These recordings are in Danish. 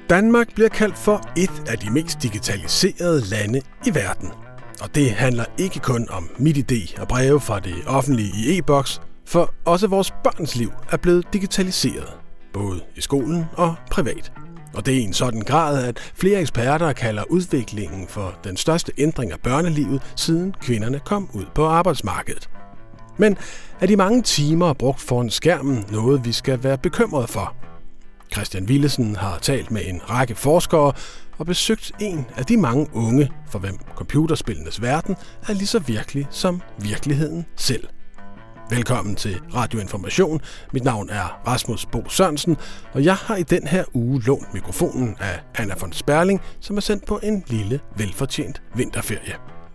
Danmark bliver kaldt for et af de mest digitaliserede lande i verden. Og det handler ikke kun om MitID og breve fra det offentlige i e-boks, for også vores børns liv er blevet digitaliseret, både i skolen og privat. Og det er i en sådan grad, at flere eksperter kalder udviklingen for den største ændring af børnelivet, siden kvinderne kom ud på arbejdsmarkedet. Men er de mange timer brugt foran skærmen noget, vi skal være bekymrede for? Christian Willesen har talt med en række forskere og besøgt en af de mange unge, for hvem computerspillenes verden er lige så virkelig som virkeligheden selv. Velkommen til Radio Information. Mit navn er Rasmus Bo Sørensen, og jeg har i den her uge lånt mikrofonen af Anna von Sperling, som er sendt på en lille, velfortjent vinterferie.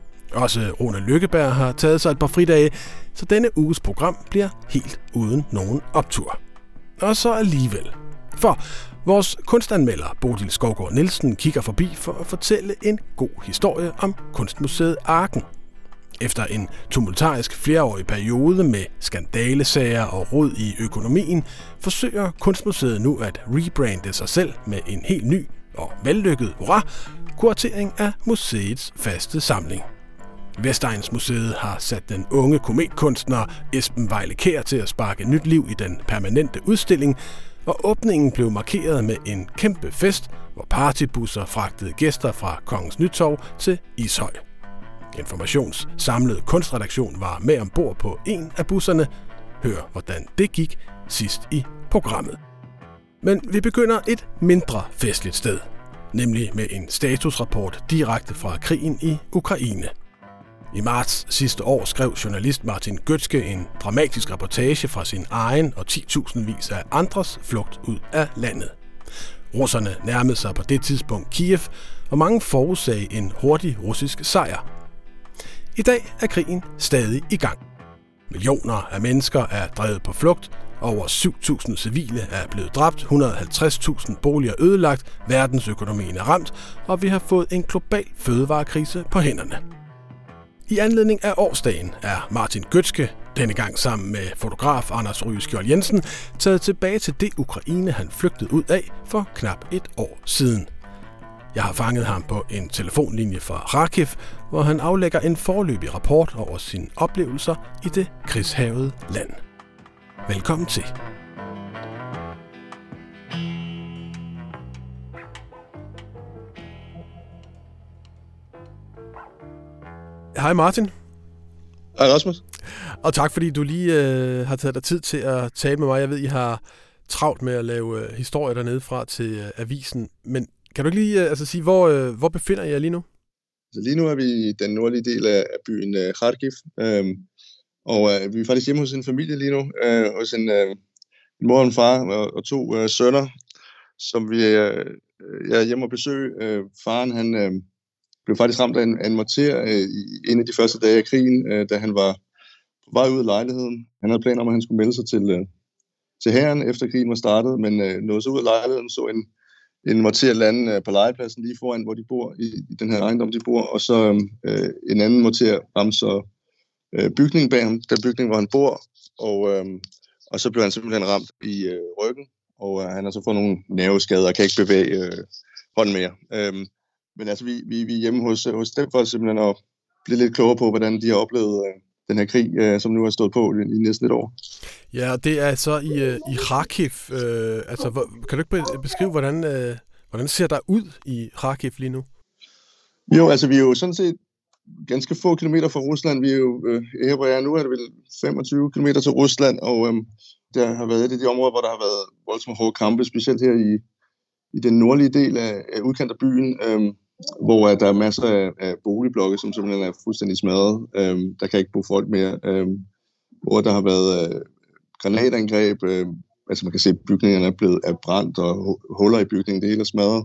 Også Rune Lykkeberg har taget sig et par fridage, så denne uges program bliver helt uden nogen optur. Og så alligevel. For vores kunstanmelder Bodil Skovgaard Nielsen kigger forbi for at fortælle en god historie om Kunstmuseet Arken. Efter en tumultarisk flereårig periode med skandalesager og rod i økonomien, forsøger Kunstmuseet nu at rebrande sig selv med en helt ny og vellykket kuratering af museets faste samling. Vestegnsmuseet har sat den unge kometkunstner Esben Vejle Kjær til at sparke nyt liv i den permanente udstilling, og åbningen blev markeret med en kæmpe fest, hvor partybusser fragtede gæster fra Kongens Nytorv til Ishøj. Informations samlede kunstredaktion var med ombord på en af busserne. Hør, hvordan det gik sidst i programmet. Men vi begynder et mindre festligt sted, nemlig med en statusrapport direkte fra krigen i Ukraine. I marts sidste år skrev journalist Martin Gøtzke en dramatisk reportage fra sin egen og 10.000vis af andres flugt ud af landet. Russerne nærmede sig på det tidspunkt Kiev, og mange forudsagde en hurtig russisk sejr. I dag er krigen stadig i gang. Millioner af mennesker er drevet på flugt, over 7.000 civile er blevet dræbt, 150.000 boliger ødelagt, verdensøkonomien er ramt, og vi har fået en global fødevarekrise på hænderne. I anledning af årsdagen er Martin Gøtzke, denne gang sammen med fotograf Anders Ryge Skjold Jensen, taget tilbage til det Ukraine, han flygtede ud af for knap et år siden. Jeg har fanget ham på en telefonlinje fra Kharkiv, hvor han aflægger en foreløbig rapport over sine oplevelser i det krigshavede land. Velkommen til. Hej Martin. Hej Rasmus. Og tak fordi du lige har taget dig tid til at tale med mig. Jeg ved, I har travlt med at lave historier dernede fra til avisen. Men kan du ikke lige sige, hvor befinder I jer lige nu? Så lige nu er vi i den nordlige del af byen Kharkiv. Vi er faktisk hjemme hos en familie lige nu. Hos en mor og en far og to sønner, som vi er hjemme og besøge. Faren han blev faktisk ramt af en morter i en af de første dage af krigen, da han var på vej ud af lejligheden. Han havde planer om, at han skulle melde sig til hæren, efter krigen var startet, men nåede så ud af lejligheden, så en morter lande på legepladsen lige foran, hvor de bor, i den her ejendom, de bor, og så en anden morter ramte så bygningen bag ham, den bygning, hvor han bor, og så blev han simpelthen ramt i ryggen, og han har så fået nogle nerveskader og kan ikke bevæge hånden mere. Men altså, vi er hjemme hos dem for simpelthen at blive lidt klogere på, hvordan de har oplevet den her krig, som nu har stået på i næsten et år. Ja, og det er så i Kharkiv. Kan du ikke beskrive, hvordan ser der ud i Kharkiv lige nu? Jo, altså vi er jo sådan set ganske få kilometer fra Rusland. Vi er jo her, hvor jeg er nu, er det vel 25 kilometer til Rusland, og der har været et af de områder, hvor der har været voldsomt hårde kampe, specielt her i den nordlige del af udkant af byen, hvor der er masser af boligblokke, som simpelthen er fuldstændig smadret. Der kan ikke bo folk mere. Hvor der har været granatangreb. Altså man kan se, at bygningerne er brændt, og huller i bygningen, det hele er smadret.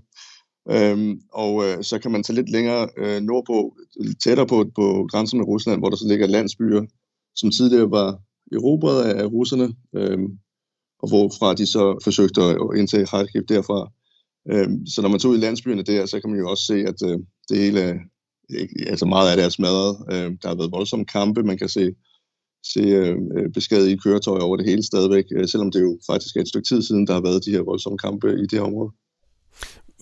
Så kan man tage lidt længere nordpå, tættere på grænsen med Rusland, hvor der så ligger landsbyer, som tidligere var erobret af russerne, og hvorfra de så forsøgte at indtage Kharkiv derfra. Så når man tager ud i landsbyerne der, så kan man jo også se, at det hele, altså meget af det er smadret. Der har været voldsomme kampe, man kan se beskadigede køretøjer over det hele stadigvæk, selvom det jo faktisk er et stykke tid siden, der har været de her voldsomme kampe i det her område.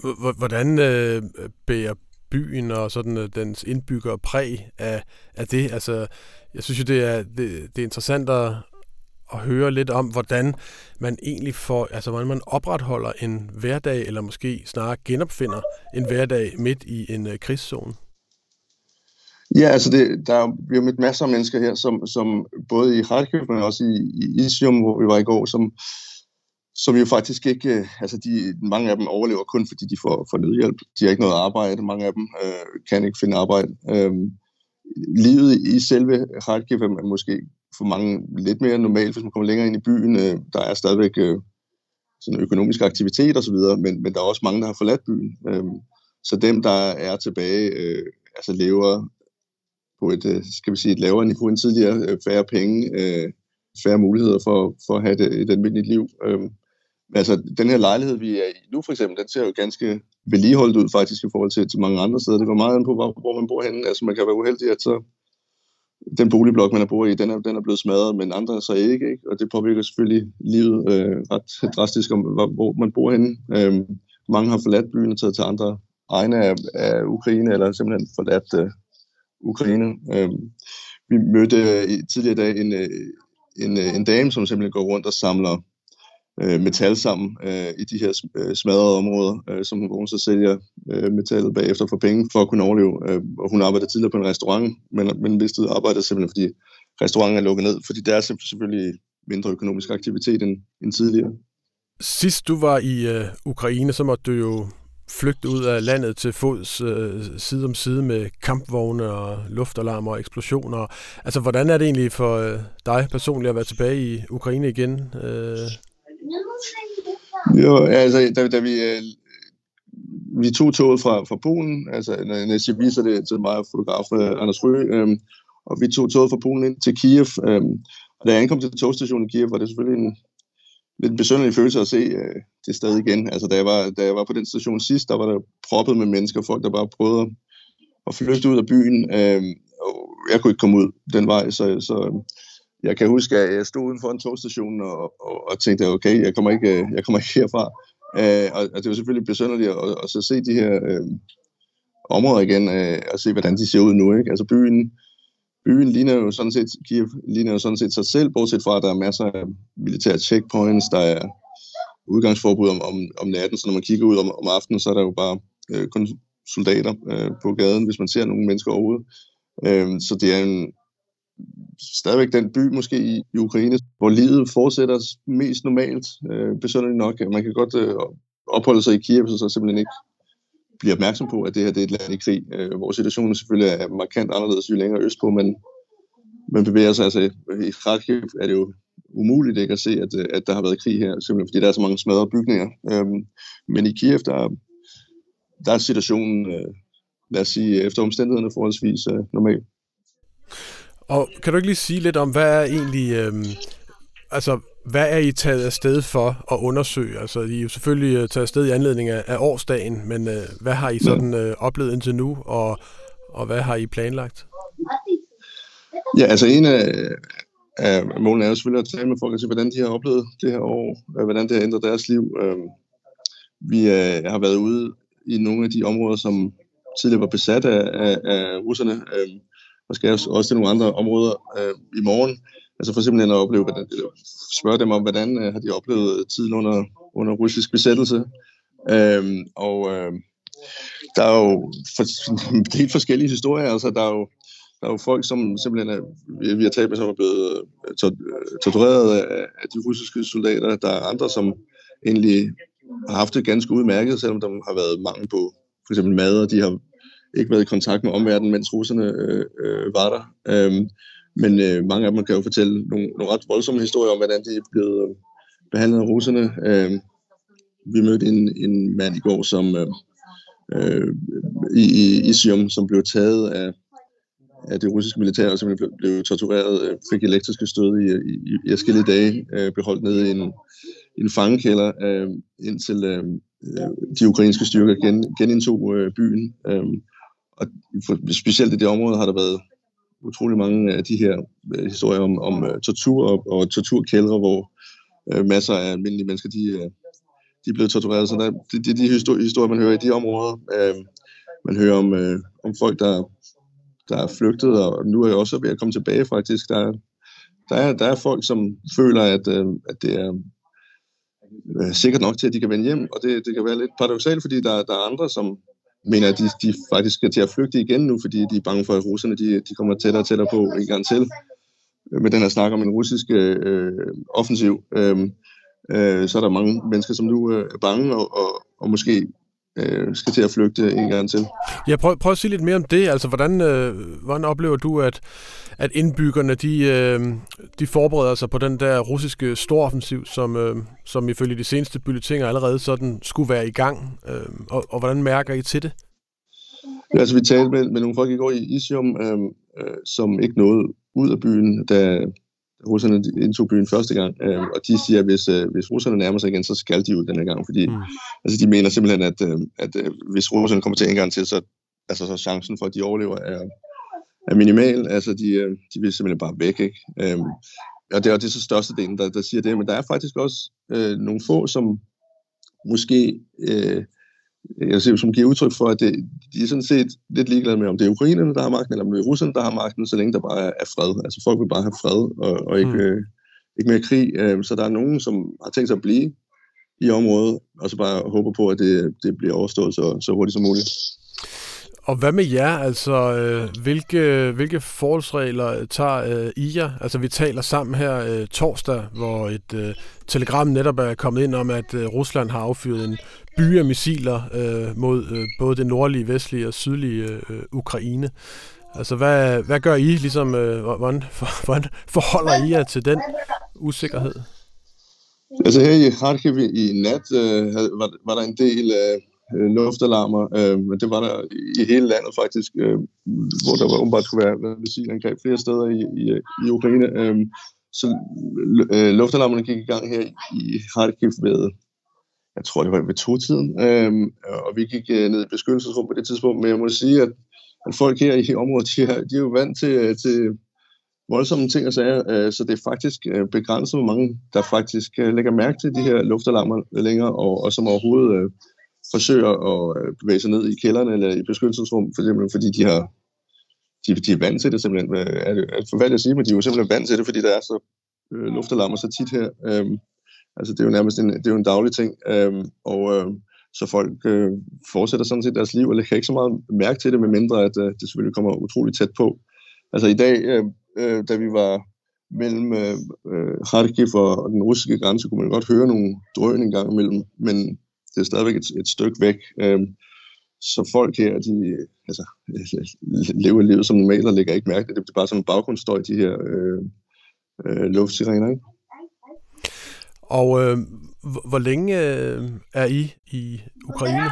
Hvordan bærer byen og sådan dens indbyggere præg af det? Altså, jeg synes jo, det er interessant at høre lidt om, hvordan man egentlig hvordan man opretholder en hverdag, eller måske snarere genopfinder en hverdag midt i en krigszone. Ja, altså vi har mødt masser af mennesker her, som både i Kharkiv, men også i Izium, hvor vi var i går, som jo faktisk ikke, mange af dem overlever kun fordi de får nødhjælp. De har ikke noget arbejde, mange af dem kan ikke finde arbejde. Livet i selve Kharkiv er måske for mange lidt mere normalt, hvis man kommer længere ind i byen. Der er stadigvæk sådan økonomisk aktivitet osv., men der er også mange, der har forladt byen. Så dem, der er tilbage, lever på et lavere niveau end tidligere, færre penge, færre muligheder for at have et almindeligt liv. Den her lejlighed, vi er i nu for eksempel, den ser jo ganske vedligeholdt ud faktisk i forhold til mange andre steder. Det går meget an på, hvor man bor henne. Altså man kan være uheldig, at så den boligblok, man bor i, den er blevet smadret, men andre så ikke? Og det påvirker selvfølgelig livet ret drastisk om, hvor man bor henne. Mange har forladt byen og taget til andre egne af Ukraine, eller simpelthen forladt Ukraine. Vi mødte tidligere i dag en dame, som simpelthen går rundt og samler metal sammen i de her smadrede områder, som hun så sælger metallet bagefter for penge for at kunne overleve. Og hun arbejdede tidligere på en restaurant, men mistede arbejdet simpelthen, fordi restauranten er lukket ned, fordi der er selvfølgelig mindre økonomisk aktivitet end tidligere. Sidst du var i Ukraine, så måtte du jo flygte ud af landet til fods side om side med kampvogne og luftalarmer og eksplosioner. Altså, hvordan er det egentlig for dig personligt at være tilbage i Ukraine igen? Jo, altså, da vi tog toget fra Polen, altså, når jeg viser det til mig og fotograf Anders Røe, og vi tog toget fra Polen ind til Kiev, og da jeg ankom til togstationen i Kiev, var det selvfølgelig en lidt besynderlig følelse at se det sted igen. Altså, da jeg var på den station sidst, der var der proppet med mennesker, folk der bare prøvede at flygte ud af byen, og jeg kunne ikke komme ud den vej, så jeg kan huske, at jeg stod uden for en togstation og tænkte, okay, jeg kommer ikke herfra. Og det var selvfølgelig besynderligt at så se de her områder igen, og se, hvordan de ser ud nu, ikke? Altså byen ligner jo sådan set, Kiev ligner jo sådan set sig selv, bortset fra, at der er masser af militære checkpoints, der er udgangsforbud om natten, så når man kigger ud om aftenen, så er der jo bare kun soldater på gaden, hvis man ser nogle mennesker overhovedet. Så det er stadigvæk den by måske i Ukraine, hvor livet fortsætter mest normalt, besynderligt nok. Man kan godt opholde sig i Kiev, så simpelthen ikke blive opmærksom på, at det her det er et land i krig, hvor situationen selvfølgelig er markant anderledes jo længere østpå, men man bevæger sig. Altså i Kharkiv er det jo umuligt ikke at se, at der har været krig her, simpelthen fordi der er så mange smadrede bygninger. Men i Kiev, der er situationen, lad os sige, efter omstændighederne forholdsvis normal. Og kan du ikke lige sige lidt om, hvad er egentlig, hvad er I taget afsted for at undersøge? Altså, I er jo selvfølgelig taget afsted i anledning af årsdagen, men hvad har I sådan oplevet indtil nu, og hvad har I planlagt? Ja, altså en af målene er jo selvfølgelig at tale med folk og se, hvordan de har oplevet det her år, hvordan det har ændret deres liv. Vi har været ude i nogle af de områder, som tidligere var besat af russerne, og skal også til nogle andre områder i morgen. Altså for simpelthen at opleve, spørge dem om, hvordan har de oplevet tiden under russisk besættelse. Der er jo helt forskellige historier. Altså der er jo folk, som simpelthen vi har talt med, som er blevet tortureret af de russiske soldater. Der er andre, som egentlig har haft det ganske udmærket, selvom der har været mangel på for eksempel mad, og de har ikke været i kontakt med omverdenen, mens russerne var der. Men mange af dem kan jo fortælle nogle ret voldsomme historier om, hvordan de er blevet behandlet af russerne. Vi mødte en mand i går, som i Izium, som blev taget af det russiske militær, og som blev tortureret, fik elektriske stød i forskellige dage, blev holdt nede i en fangekælder, indtil de ukrainske styrker genindtog byen. Og specielt i det område har der været utrolig mange af de her historier om tortur og torturkældre, hvor masser af almindelige mennesker de er blevet tortureret. Så det er de historier, man hører i de områder. Man hører om folk, der er flygtet, og nu er jeg også ved at komme tilbage faktisk. Der er folk, som føler, at det er sikkert nok til, at de kan vende hjem, og det kan være lidt paradoksalt, fordi der er andre, som mener, at de faktisk skal til at flygte igen nu, fordi de er bange for, at russerne de kommer tættere og tættere på en gang til. Med den her snak om en russisk offensiv, så er der mange mennesker, som nu er bange og måske skal til at flygte en gang til. Ja, prøv at sige lidt mere om det. Altså, hvordan oplever du, at indbyggerne de forbereder sig på den der russiske storoffensiv, som ifølge de seneste bulletiner allerede sådan skulle være i gang? Og hvordan mærker I til det? Ja, altså, vi talte med nogle folk i går i Izium, som ikke nåede ud af byen, da russerne indtog byen første gang, og de siger, at hvis russerne nærmer sig igen, så skal de ud denne gang, fordi altså, de mener simpelthen, at hvis russerne kommer til en gang til, så chancen for, at de overlever er minimal. Altså, de vil simpelthen bare væk, ikke? Og det er så største delen, der siger det, men der er faktisk også nogle få, som måske som giver udtryk for, at de er sådan set lidt ligeglade med, om det er ukrainerne, der har magten, eller om det er russerne, der har magten, så længe der bare er fred. Altså folk vil bare have fred, og ikke mere krig. Så der er nogen, som har tænkt sig at blive i området, og så bare håber på, at det bliver overstået så hurtigt som muligt. Og hvad med jer? Altså, hvilke forholdsregler tager I jer? Altså, vi taler sammen her torsdag, hvor et telegram netop er kommet ind om, at Rusland har affyret en by af missiler mod både det nordlige, vestlige og sydlige Ukraine. Altså, hvad gør I? Ligesom, hvordan forholder I jer til den usikkerhed? Altså, her i Kharkiv i nat var der en del luftalarmer, men det var der i hele landet faktisk, hvor der var åbenbart kunne være missilangreb flere steder i Ukraine. Så luftalarmerne gik i gang her i Kharkiv ved, jeg tror det var ved 2-tiden, og vi gik ned i beskyttelsesrum på det tidspunkt, men jeg må sige, at folk her i området, de er jo vant til voldsomme ting og sager, så det er faktisk begrænset, hvor mange der faktisk lægger mærke til de her luftalarmer længere, og som overhovedet forsøger at bevæge sig ned i kælderne eller i beskyttelsesrum, fordi de er vant til det simpelthen. Er det forfærdeligt at sige, men de er jo simpelthen vant til det, fordi der er så luftalarmer så tit her. Altså det er jo nærmest en daglig ting, så folk fortsætter sådan set deres liv, og lægger ikke så meget mærke til det, medmindre at det selvfølgelig kommer utroligt tæt på. Altså i dag, da vi var mellem Kharkiv og den russiske grænse, kunne man godt høre nogle drøn en gang imellem, men det er stadigvæk et stykke væk. Så folk her, de lever livet som normalt og lægger ikke mærke til det. Det er bare sådan en baggrundsstøj, de her luftsirener, ikke? Og hvor længe er I Ukraine?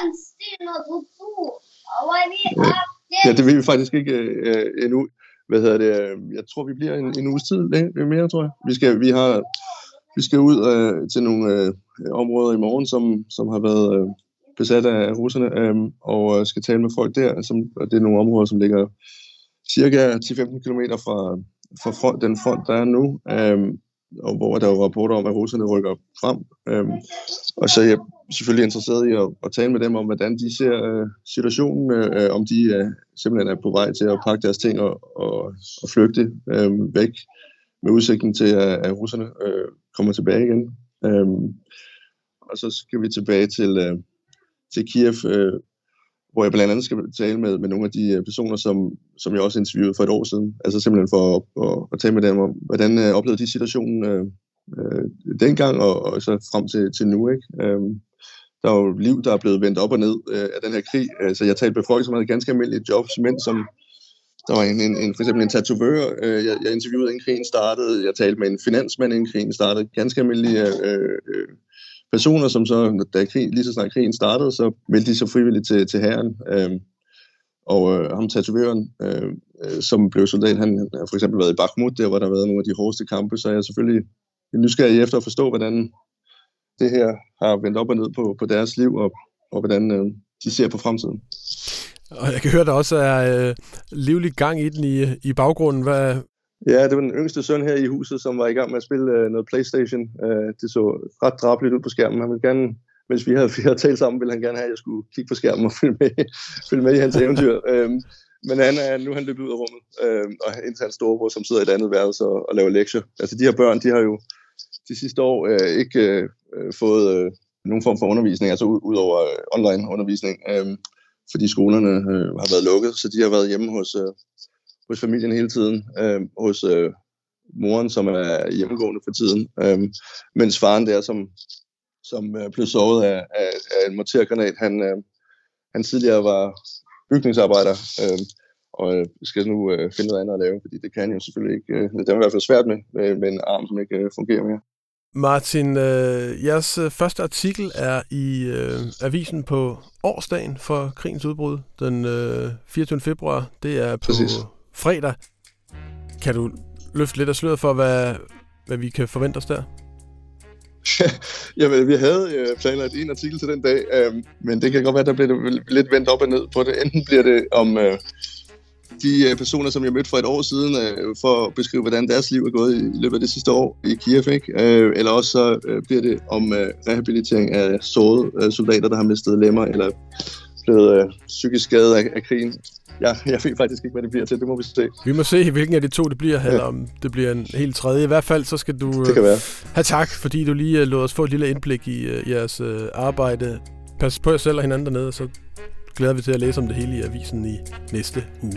Ja, det ved vi faktisk ikke endnu. Jeg tror, vi bliver en uges tid mere, tror jeg. Vi skal ud til nogle områder i morgen, som har været besat af russerne, og skal tale med folk der. Og det er nogle områder, som ligger cirka 10-15 kilometer fra den front, der er nu, og hvor der er rapporter om, at russerne rykker frem. Og så er jeg selvfølgelig interesseret i at tale med dem om, hvordan de ser situationen, om de simpelthen er på vej til at pakke deres ting og flygte væk med udsigten til, at russerne kommer tilbage igen. Og så skal vi tilbage til Kiev, hvor jeg blandt andet skal tale med nogle af de personer, som jeg også interviewede for et år siden. Altså simpelthen for at tale med dem om, hvordan oplevede de situationen dengang og så frem til nu, ikke? Der er jo liv, der er blevet vendt op og ned af den her krig. Altså jeg talte med folk, som havde ganske almindelige jobs, men som der var for eksempel en tatovør, jeg interviewede, inden krigen startede. Jeg talte med en finansmand, inden krigen startede. Ganske almindelige personer, som så, lige så snart krigen startede, så meldte de sig frivilligt til hæren. Og ham tatovøren, som blev soldat, han har for eksempel været i Bakhmut, der hvor der har været nogle af de hårdeste kampe, så jeg er selvfølgelig nysgerrig efter at forstå, hvordan det her har vendt op og ned på deres liv, og hvordan de ser på fremtiden. Og jeg kan høre, der også er livlig gang i den i baggrunden. Hvad? Ja, det var den yngste søn her i huset, som var i gang med at spille noget PlayStation. Det så ret drabeligt ud på skærmen. Han ville gerne mens vi havde talt sammen, ville han gerne have, at jeg skulle kigge på skærmen og følge med i hans eventyr. Men nu er han løbet ud af rummet, og indtil hans storebror, som sidder i et andet værelse og laver lektier. Altså de her børn, de har jo de sidste år ikke fået nogen form for undervisning, altså ud over online undervisning, fordi skolerne har været lukket, så de har været hjemme hos familien hele tiden, hos moren, som er hjemmegående for tiden, mens faren der, som blev såret af en mortergranat, han tidligere var bygningsarbejder, og skal nu finde noget andet at lave, fordi det kan han jo selvfølgelig ikke. Det er i hvert fald svært med en arm, som ikke fungerer mere. Martin, jeres første artikel er i avisen på årsdagen for krigens udbrud, den 24. februar. Det er på fredag. Kan du løfte lidt af sløret for, hvad vi kan forvente os der? Jamen, vi havde planlagt en artikel til den dag, men det kan godt være, der bliver lidt vendt op og ned på det. Enten bliver det om de personer, som jeg mødte for et år siden, for at beskrive, hvordan deres liv er gået i løbet af det sidste år i Kiev, ikke? Eller også så bliver det om rehabilitering af sårede soldater, der har mistet lemmer, eller blevet psykisk skadet af krigen. Jeg ved faktisk ikke, hvad det bliver til. Det må vi se. Vi må se, hvilken af de to det bliver, eller om det bliver en helt tredje. I hvert fald så skal du have tak, fordi du lige lod os få et lille indblik i jeres arbejde. Pas på jer selv og hinanden dernede, og så glæder vi til at læse om det hele i avisen i næste uge.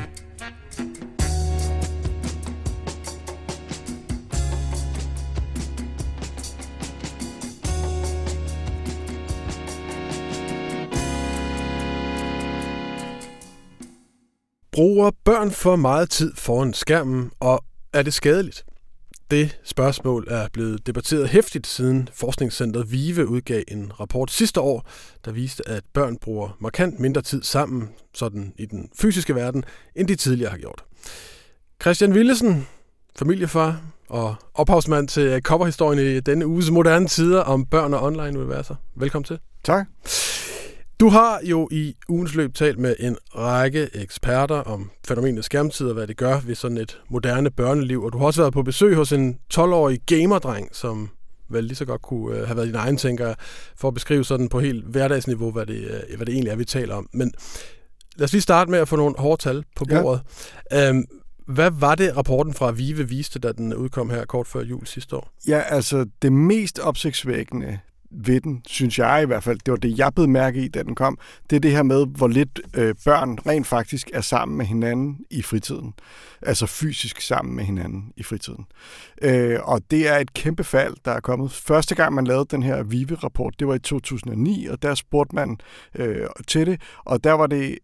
Bruger børn for meget tid foran skærmen, og er det skadeligt? Det spørgsmål er blevet debatteret heftigt, siden forskningscentret VIVE udgav en rapport sidste år, der viste, at børn bruger markant mindre tid sammen, sådan i den fysiske verden, end de tidligere har gjort. Christian Willesen, familiefar og ophavsmand til coverhistorien i denne uges moderne tider om børn og online-universer. Velkommen til. Tak. Du har jo i ugens løb talt med en række eksperter om fænomenet skærmtid og hvad det gør ved sådan et moderne børneliv, og du har også været på besøg hos en 12-årig gamerdreng, som vel lige så godt kunne have været din egen tænker, for at beskrive sådan på helt hverdagsniveau, hvad det egentlig er, vi taler om. Men lad os lige starte med at få nogle hårde tal på bordet. Ja. Hvad var det, rapporten fra VIVE viste, da den udkom her kort før jul sidste år? Ja, altså det mest opsigtsvækkende ved den, synes jeg i hvert fald, det var det, jeg bed mærke i, da den kom, det er det her med, hvor lidt børn rent faktisk er sammen med hinanden i fritiden. Altså fysisk sammen med hinanden i fritiden. Og det er et kæmpe fald, der er kommet. Første gang, man lavede den her VIVE-rapport, det var i 2009, og der spurgte man til det, og der var det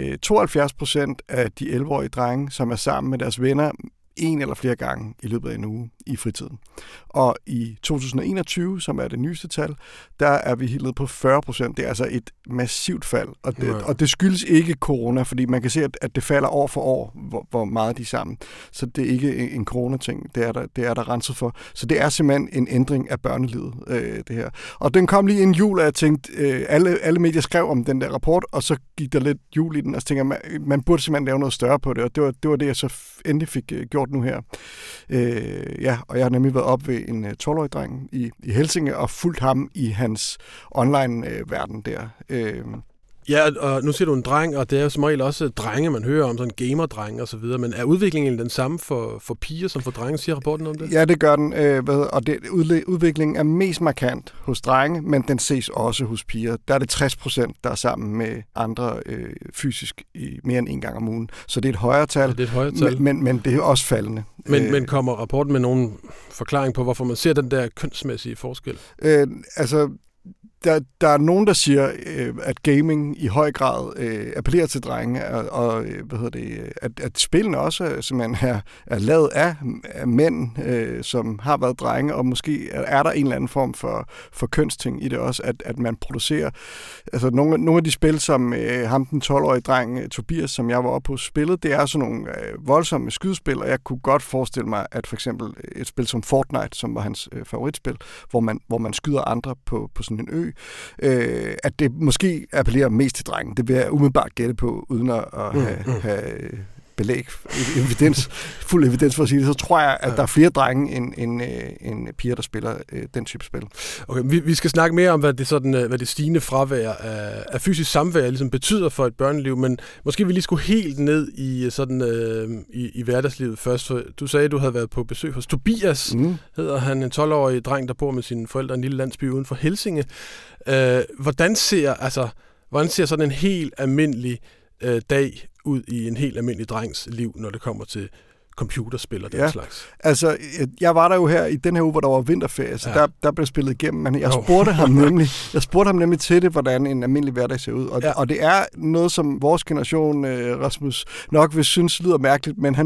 72% af de 11-årige drenge, som er sammen med deres venner en eller flere gange i løbet af en uge i fritiden. Og i 2021, som er det nyeste tal, der er vi helt nede på 40%. Det er altså et massivt fald. Og det skyldes ikke corona, fordi man kan se, at det falder år for år, hvor meget de er sammen. Så det er ikke en corona-ting. Det er der renset for. Så det er simpelthen en ændring af børnelivet, det her. Og den kom lige inden jul, og jeg tænkte, alle medier skrev om den der rapport, og så gik der lidt jul i den, og så tænkte jeg, man burde simpelthen lave noget større på det, og det var det, jeg så endelig fik gjort nu her. Og jeg har nemlig været op ved en 12-årig dreng i Helsinge og fulgt ham i hans online-verden der. Ja, og nu siger du en dreng, og det er jo som regel også drenge, man hører om, sådan gamerdrenge og så videre, men er udviklingen den samme for piger som for drenge, siger rapporten om det? Ja, det gør den, og udviklingen er mest markant hos drenge, men den ses også hos piger. Der er det 60%, der er sammen med andre fysisk i mere end en gang om ugen. Så det er et højere tal, det er et højere tal. Men det er også faldende. Men kommer rapporten med nogen forklaring på, hvorfor man ser den der kønsmæssige forskel? Der er nogen, der siger, at gaming i høj grad appellerer til drenge, og at spillene også simpelthen er lavet af mænd, som har været drenge, og måske er der en eller anden form for kønsting i det også, at man producerer. Altså nogle af de spil, som ham den 12-årige dreng, Tobias, som jeg var oppe på spillet, det er sådan nogle voldsomme skydespil, og jeg kunne godt forestille mig, at for eksempel et spil som Fortnite, som var hans favoritspil, hvor man skyder andre på sådan en ø, at det måske appellerer mest til drengen. Det vil jeg umiddelbart gætte på, uden at have fuld evidens for at sige det, så tror jeg, at der er flere drenge end piger, der spiller den type spil. Okay, vi skal snakke mere om, hvad det stigende fravær af fysisk samvær ligesom betyder for et børneliv, men måske vi lige skulle helt ned i i hverdagslivet først. For du sagde, at du havde været på besøg hos Tobias, hedder han, en 12-årig dreng, der bor med sine forældre i en lille landsby uden for Helsinge. Hvordan ser sådan en helt almindelig dag ud i en helt almindelig drengs liv, når det kommer til computerspil og den slags? Altså, jeg var der jo her i den her uge, hvor der var vinterferie, så der blev spillet igennem, men jeg spurgte ham nemlig til det, hvordan en almindelig hverdag ser ud. Og det er noget, som vores generation, Rasmus, nok vil synes lyder mærkeligt, men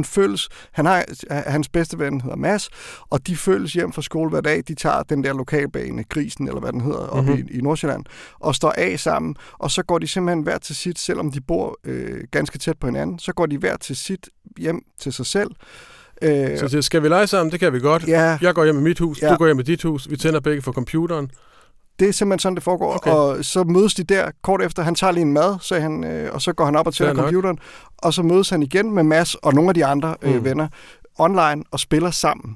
hans bedste ven hedder Mads, og de følges hjem fra skole hver dag. De tager den der lokalbane, Grisen, eller hvad den hedder, oppe i Nordsjælland, og står af sammen, og så går de simpelthen hver til sit, selvom de bor ganske tæt på hinanden, så går de hver til sit hjem til sig selv. Så skal vi lege sammen? Det kan vi godt. Ja. Jeg går hjem i mit hus, du går hjem i dit hus, vi tænder begge for computeren. Det er simpelthen sådan, det foregår. Okay. Og så mødes de der kort efter. Han tager lige en mad, sagde han, og så går han op og tænder computeren. Og så mødes han igen med Mads og nogle af de andre venner online og spiller sammen.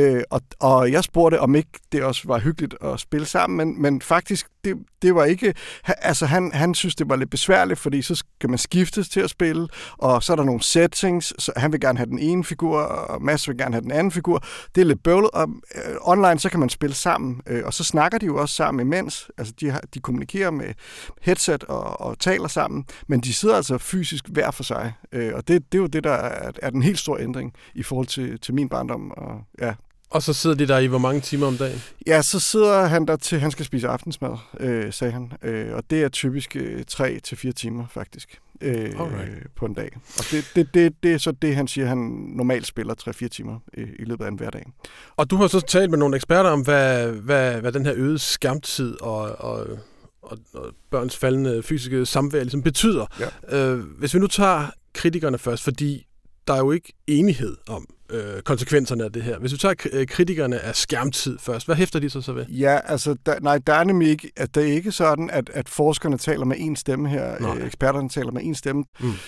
Og jeg spurgte, om ikke det også var hyggeligt at spille sammen, men faktisk, det var ikke... Altså, han synes, det var lidt besværligt, fordi så skal man skiftes til at spille, og så er der nogle settings, så han vil gerne have den ene figur, og Mads vil gerne have den anden figur. Det er lidt bøvlet, og online, så kan man spille sammen, og så snakker de jo også sammen imens. Altså, de kommunikerer med headset og taler sammen, men de sidder altså fysisk hver for sig, og det er jo det, der er den helt store ændring i forhold til min barndom, og ja. Og så sidder de der i hvor mange timer om dagen? Ja, så sidder han der til, han skal spise aftensmad, sagde han. Og det er typisk 3-4 timer, faktisk, på en dag. Og det er så det, han siger, han normalt spiller 3-4 timer i løbet af en hverdag. Og du har så talt med nogle eksperter om, hvad den her øgede skærmtid og børns faldende fysiske samvær ligesom betyder. Ja. Hvis vi nu tager kritikerne først, fordi der er jo ikke enighed om konsekvenserne af det her. Hvis du tager kritikerne af skærmtid først, hvad hæfter de så ved? Ja, altså, der er nemlig ikke, at det er ikke sådan, at forskerne taler med én stemme her, eksperterne taler med én stemme,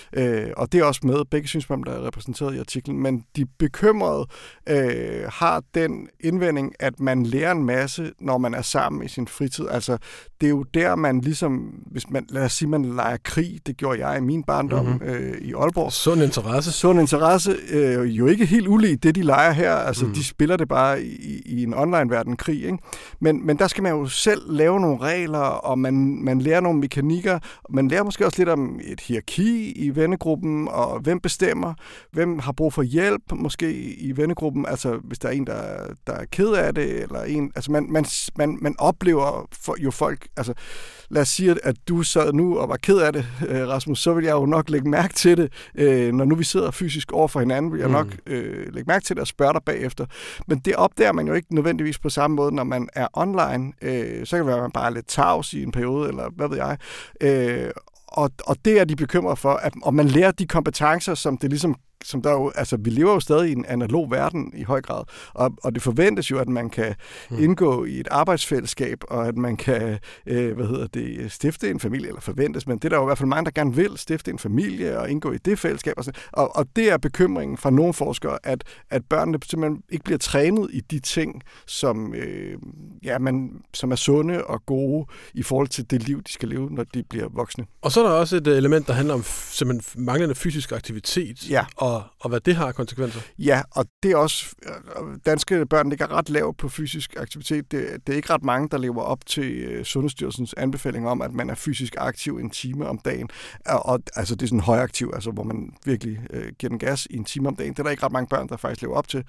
og det er også med begge synspunkter, der er repræsenteret i artiklen, men de bekymrede har den indvending, at man lærer en masse, når man er sammen i sin fritid. Altså, det er jo der, man ligesom, hvis man, lad os sige, man leger krig, det gjorde jeg i min barndom i Aalborg. Sund interesse. Jo ikke helt ulige det, de leger her. Altså, de spiller det bare i en online-verden krig, ikke? Men der skal man jo selv lave nogle regler, og man lærer nogle mekanikker. Man lærer måske også lidt om et hierarki i vennegruppen, og hvem bestemmer, hvem har brug for hjælp, måske i vennegruppen. Altså, hvis der er en, der er ked af det, eller en... Altså, man oplever jo folk... Altså, lad os sige, at du sad nu og var ked af det, Rasmus, så vil jeg jo nok lægge mærke til det. Når nu vi sidder fysisk over for hinanden, vil jeg nok lægge mærke til det og spørge dig bagefter. Men det opdager man jo ikke nødvendigvis på samme måde, når man er online. Så kan det være, at man bare er lidt tavs i en periode, eller hvad ved jeg. Og det er de bekymrede for, at man lærer de kompetencer, som det ligesom som der jo, altså vi lever jo stadig i en analog verden i høj grad, og det forventes jo, at man kan indgå i et arbejdsfællesskab, og at man kan, stifte en familie, eller forventes, men det er der jo i hvert fald mange, der gerne vil stifte en familie og indgå i det fællesskab, og det er bekymringen fra nogle forskere, at børnene simpelthen ikke bliver trænet i de ting, som er sunde og gode i forhold til det liv, de skal leve, når de bliver voksne. Og så er der også et element, der handler om simpelthen manglende fysisk aktivitet, ja. Og hvad det har af konsekvenser. Ja, og det er også, danske børn ligger ret lavt på fysisk aktivitet. Det er ikke ret mange, der lever op til Sundhedsstyrelsens anbefaling om, at man er fysisk aktiv en time om dagen. Og altså det er sådan højaktiv, altså hvor man virkelig giver den gas i en time om dagen. Det er der ikke ret mange børn, der faktisk lever op til.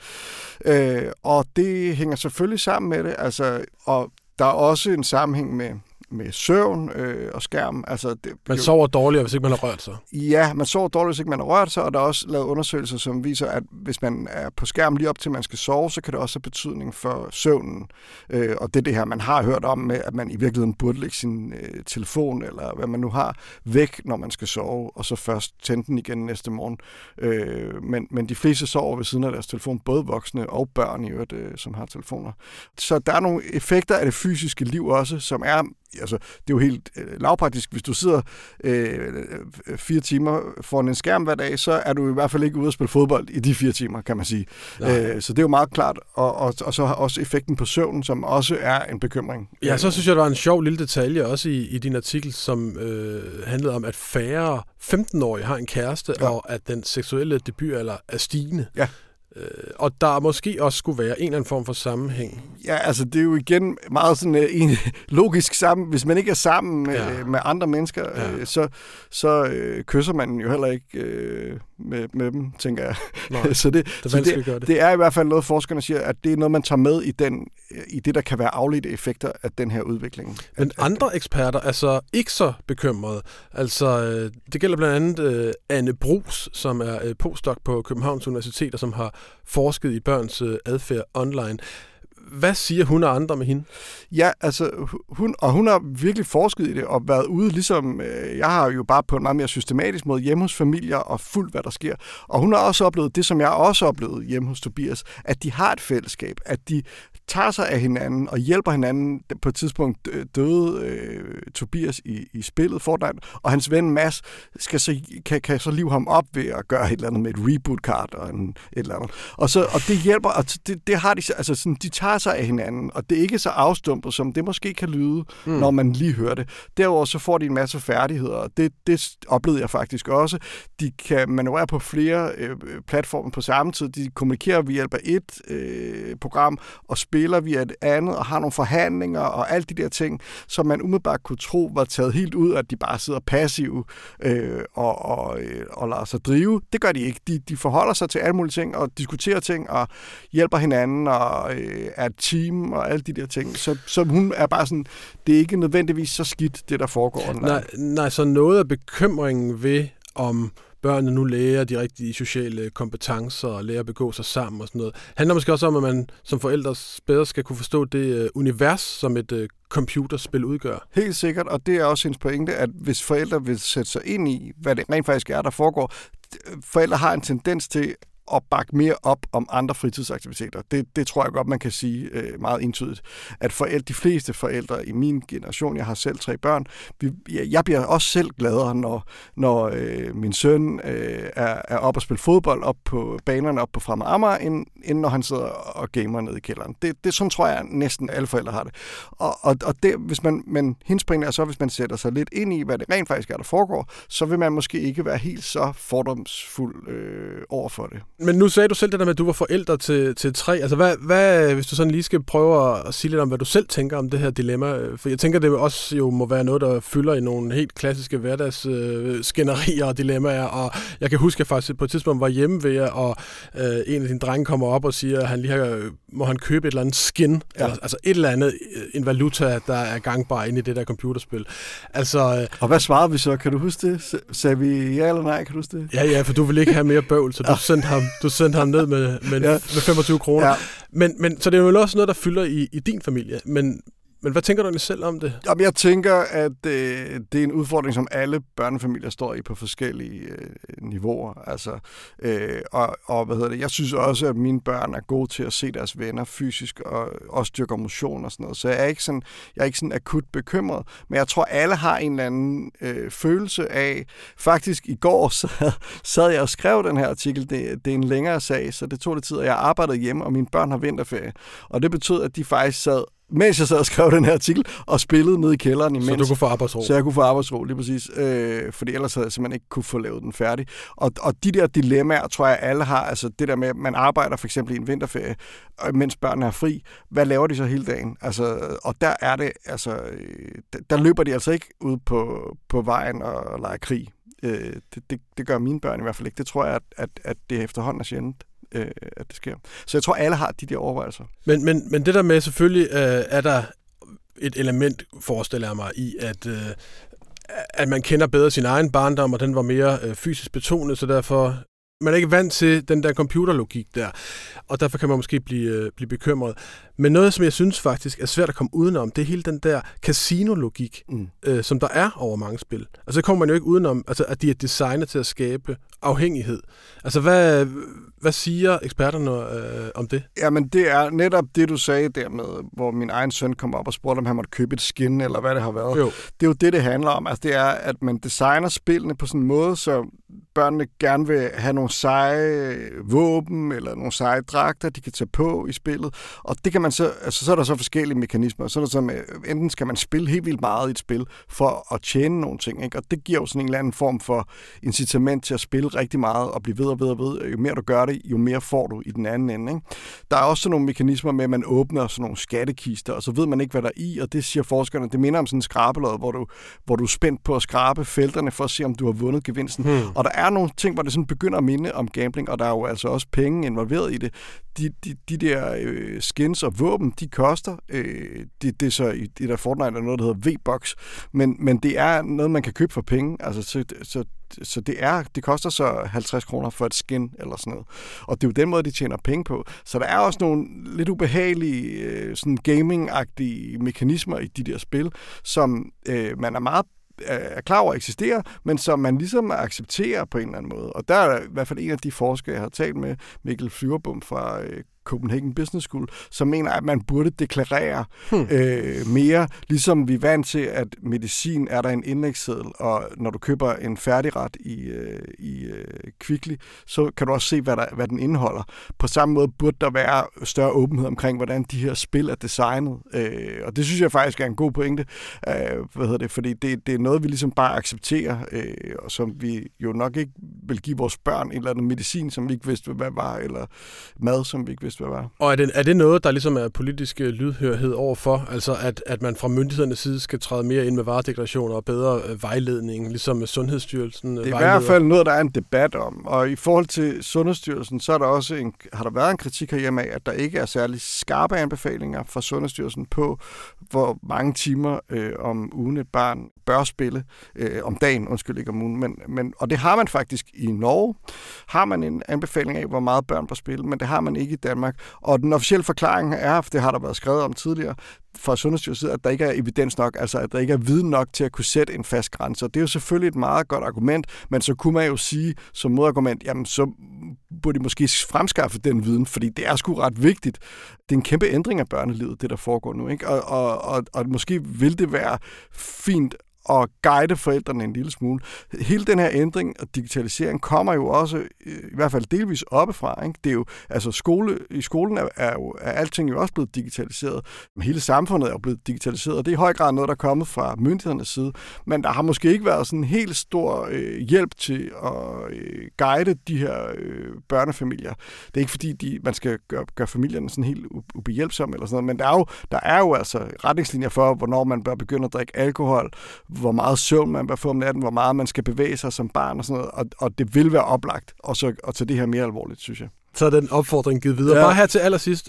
Og det hænger selvfølgelig sammen med det. Altså, og der er også en sammenhæng med søvn og skærm. Altså, man sover dårligere, hvis ikke man har rørt sig. Ja, man sover dårligere, hvis ikke man har rørt sig, og der er også lavet undersøgelser, som viser, at hvis man er på skærm lige op til, man skal sove, så kan det også have betydning for søvnen. Og det er det her, man har hørt om med, at man i virkeligheden burde lægge sin telefon, eller hvad man nu har, væk, når man skal sove, og så først tænde den igen næste morgen. Men de fleste sover ved siden af deres telefon, både voksne og børn i øvrigt, som har telefoner. Så der er nogle effekter af det fysiske liv også, som er altså, det er jo helt lavpraktisk. Hvis du sidder 4 timer foran en skærm hver dag, så er du i hvert fald ikke ude at spille fodbold i de 4 timer, kan man sige. Så det er jo meget klart, og så også effekten på søvnen, som også er en bekymring. Ja, så synes jeg, der var en sjov lille detalje også i din artikel, som handlede om, at færre 15-årige har en kæreste, og at den seksuelle debutalder er stigende. Ja. Og der måske også skulle være en eller anden form for sammenhæng. Ja, altså det er jo igen meget sådan en logisk sammen. Hvis man ikke er sammen med andre mennesker, så kysser man jo heller ikke med dem, tænker jeg. Nej, så det er i hvert fald noget, forskerne siger, at det er noget, man tager med i det, der kan være afledte effekter af den her udvikling. Men andre eksperter er så ikke så bekymrede. Altså, det gælder blandt andet Anne Bruus, som er postdoc på Københavns Universitet, og som har forsket i børns adfærd online. Hvad siger hun og andre med hende? Ja, altså hun har virkelig forsket i det og været ude, ligesom jeg har jo bare på en meget mere systematisk måde hjemme hos familier og fuldt, hvad der sker. Og hun har også oplevet det, som jeg også oplevede hjemme hos Tobias, at de har et fællesskab, at de tager sig af hinanden og hjælper hinanden. På et tidspunkt døde Tobias i spillet Fortnite, og hans ven Mads kan så live ham op ved at gøre et eller andet med et reboot-kart og et eller andet. Og det hjælper, og det har de, altså sådan, de tager sig af hinanden, og det er ikke så afstumpet, som det måske kan lyde, når man lige hører det. Derudover så får de en masse færdigheder, og det oplevede jeg faktisk også. De kan manøvrere på flere platforme på samme tid. De kommunikerer ved hjælp af et program, og spiller via et andet, og har nogle forhandlinger, og alt de der ting, som man umiddelbart kunne tro var taget helt ud, at de bare sidder passive og lader sig drive. Det gør de ikke. De forholder sig til alle mulige ting, og diskuterer ting, og hjælper hinanden, og er et team og alle de der ting. Så hun er bare sådan, det er ikke nødvendigvis så skidt, det der foregår online. Nej, så noget af bekymringen ved, om børnene nu lærer de rigtige sociale kompetencer og lærer at begå sig sammen og sådan noget, handler måske også om, at man som forældre bedre skal kunne forstå det univers, som et computerspil udgør. Helt sikkert, og det er også hendes pointe, at hvis forældre vil sætte sig ind i, hvad det rent faktisk er, der foregår, forældre har en tendens til at bakke mere op om andre fritidsaktiviteter. Det tror jeg godt, man kan sige meget entydigt. At de fleste forældre i min generation, jeg har selv 3 børn, jeg bliver også selv gladere, når min søn er oppe og spille fodbold op på banerne op på Fremad Amager, end når han sidder og gamer nede i kælderen. Det sådan tror jeg næsten alle forældre har det. Og det, men hendes pointe er så, hvis man sætter sig lidt ind i, hvad det rent faktisk er, der foregår, så vil man måske ikke være helt så fordomsfuld over for det. Men nu sagde du selv det der med, at du var forældre til 3. Altså hvad, hvis du sådan lige skal prøve at sige lidt om, hvad du selv tænker om det her dilemma? For jeg tænker, det også jo må være noget, der fylder i nogle helt klassiske hverdagsskænderier og dilemmaer. Og jeg kan huske, at jeg faktisk på et tidspunkt var hjemme ved jer, og en af dine drenge kommer op og siger, at han lige må han købe et eller andet skin. Ja. Altså et eller andet, en valuta, der er gangbar inde i det der computerspil. Altså, og hvad svarede vi så? Kan du huske det? Sagde vi ja eller nej? Kan du huske det? Ja, for du vil ikke have mere bøvl, så du sendte ham ned med 25 kroner. Ja. Men så det er jo også noget, der fylder i din familie. Men hvad tænker du egentlig selv om det? Jamen, jeg tænker, at det er en udfordring, som alle børnefamilier står i på forskellige niveauer. Altså, og hvad hedder det? Jeg synes også, at mine børn er gode til at se deres venner fysisk og også dyrke motion og sådan noget. Så jeg er ikke sådan akut bekymret. Men jeg tror, alle har en eller anden følelse af. Faktisk i går sad jeg og skrev den her artikel. Det er en længere sag, så det tog lidt tid, at jeg arbejdede hjemme, og mine børn har vinterferie. Og det betød, at de faktisk mens jeg sad og skrev den her artikel, og spillede ned i kælderen imens. Så du kunne få arbejdsro? Så jeg kunne få arbejdsro, lige præcis. Fordi ellers havde jeg simpelthen ikke kunne få lavet den færdig. Og de der dilemmaer, tror jeg, alle har. Altså det der med, at man arbejder for eksempel i en vinterferie, mens børnene er fri. Hvad laver de så hele dagen? Altså, og der er det, altså, der løber de altså ikke ud på vejen og leger krig. Det gør mine børn i hvert fald ikke. Det tror jeg, at det efterhånden er sjældent, at det sker. Så jeg tror, alle har de der overvejelser. Men det der med, selvfølgelig er der et element, forestiller jeg mig, i, at man kender bedre sin egen barndom, og den var mere fysisk betonet, så derfor man er ikke vant til den der computerlogik der, og derfor kan man måske blive bekymret. Men noget, som jeg synes faktisk er svært at komme udenom, det er hele den der casinologik, som der er over mange spil. Altså, så kommer man jo ikke udenom, altså, at de er designet til at skabe afhængighed. Altså, hvad siger eksperterne om det? Jamen, det er netop det, du sagde der med, hvor min egen søn kom op og spurgte, om han måtte købe et skin, eller hvad det har været. Jo. Det er jo det handler om. Altså, det er, at man designer spillene på sådan en måde, så børnene gerne vil have nogle seje våben, eller nogle seje dragter, de kan tage på i spillet. Og det kan man så, altså, så er der så forskellige mekanismer. Så er der så med, enten skal man spille helt vildt meget i et spil, for at tjene nogle ting, ikke? Og det giver jo sådan en eller anden form for incitament til at spille rigtig meget, og blive ved og ved og ved. Jo mere du gør det, jo mere får du i den anden ende, ikke? Der er også sådan nogle mekanismer med, at man åbner sådan nogle skattekister, og så ved man ikke, hvad der er i, og det siger forskerne, det minder om sådan en skrabelod, hvor du er spændt på at skrabe felterne for at se, om du har vundet gevinsten. Og der er nogle ting, hvor det sådan begynder at minde om gambling, og der er jo altså også penge involveret i det. De der skins og våben, de koster. Det er så i det der Fortnite er noget, der hedder V-Bucks, men det er noget, man kan købe for penge. Altså, så det koster så 50 kroner for et skin eller sådan noget. Og det er jo den måde, de tjener penge på. Så der er også nogle lidt ubehagelige sådan gaming-agtige mekanismer i de der spil, som man er meget er klar over eksisterer, men som man ligesom accepterer på en eller anden måde. Og der er i hvert fald en af de forskere, jeg har talt med, Mikkel Flyverbom fra Copenhagen Business School, som mener, at man burde deklarere mere, ligesom vi er vant til, at medicin er der en indlægsseddel, og når du køber en færdigret i Kvickly, så kan du også se, hvad den indeholder. På samme måde burde der være større åbenhed omkring, hvordan de her spil er designet. Og det synes jeg faktisk er en god pointe, fordi det er noget, vi ligesom bare accepterer, og som vi jo nok ikke vil give vores børn en eller anden medicin, som vi ikke vidste, hvad var, eller mad, som vi ikke vidste, hvad var. Og er det noget, der ligesom er politisk lydhørhed overfor? Altså, at man fra myndighedernes side skal træde mere ind med varedeklarationer og bedre vejledning, ligesom med Sundhedsstyrelsen? Det er i hvert fald noget, der er en debat om. Og i forhold til Sundhedsstyrelsen, så er der også har der været en kritik herhjemme af, at der ikke er særlig skarpe anbefalinger fra Sundhedsstyrelsen på, hvor mange timer om ugen et barn bør spille om dagen, ikke om ugen. Og det har man faktisk i Norge. Har man en anbefaling af, hvor meget børn bør spille, men det har man ikke i Danmark. Og den officielle forklaring er, for det har der været skrevet om tidligere, fra Sundhedsstyrelsen, at der ikke er evidens nok, altså at der ikke er viden nok til at kunne sætte en fast grænse. Og det er jo selvfølgelig et meget godt argument, men så kunne man jo sige som modargument, jamen så burde de måske fremskaffe den viden, fordi det er sgu ret vigtigt. Det er en kæmpe ændring af børnelivet, det der foregår nu, ikke? Og måske vil det være fint og guide forældrene en lille smule. Hele den her ændring og digitalisering kommer jo også, i hvert fald delvis oppefra, ikke? Det er jo, altså i skolen er alting jo også blevet digitaliseret. Hele samfundet er jo blevet digitaliseret, og det er i høj grad noget, der er kommet fra myndighedernes side. Men der har måske ikke været sådan en helt stor hjælp til at guide de her børnefamilier. Det er ikke fordi, man skal gøre familierne sådan helt ubehjælpsomme eller sådan noget, men der er jo altså retningslinjer for, hvornår man bør begynde at drikke alkohol, hvor meget søvn man bør få om natten, hvor meget man skal bevæge sig som barn og sådan noget, og det vil være oplagt at tage det her mere alvorligt, synes jeg. Så er den opfordring givet videre. Ja. Bare her til allersidst,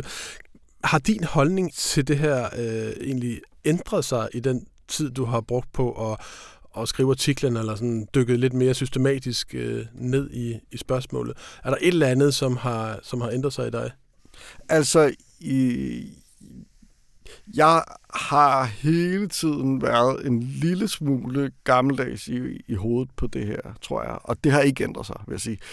har din holdning til det her egentlig ændret sig i den tid, du har brugt på at skrive artiklen, eller sådan dykket lidt mere systematisk ned i spørgsmålet? Er der et eller andet, som har ændret sig i dig? Altså, jeg har hele tiden været en lille smule gammeldags i hovedet på det her, tror jeg. Og det har ikke ændret sig, vil jeg sige.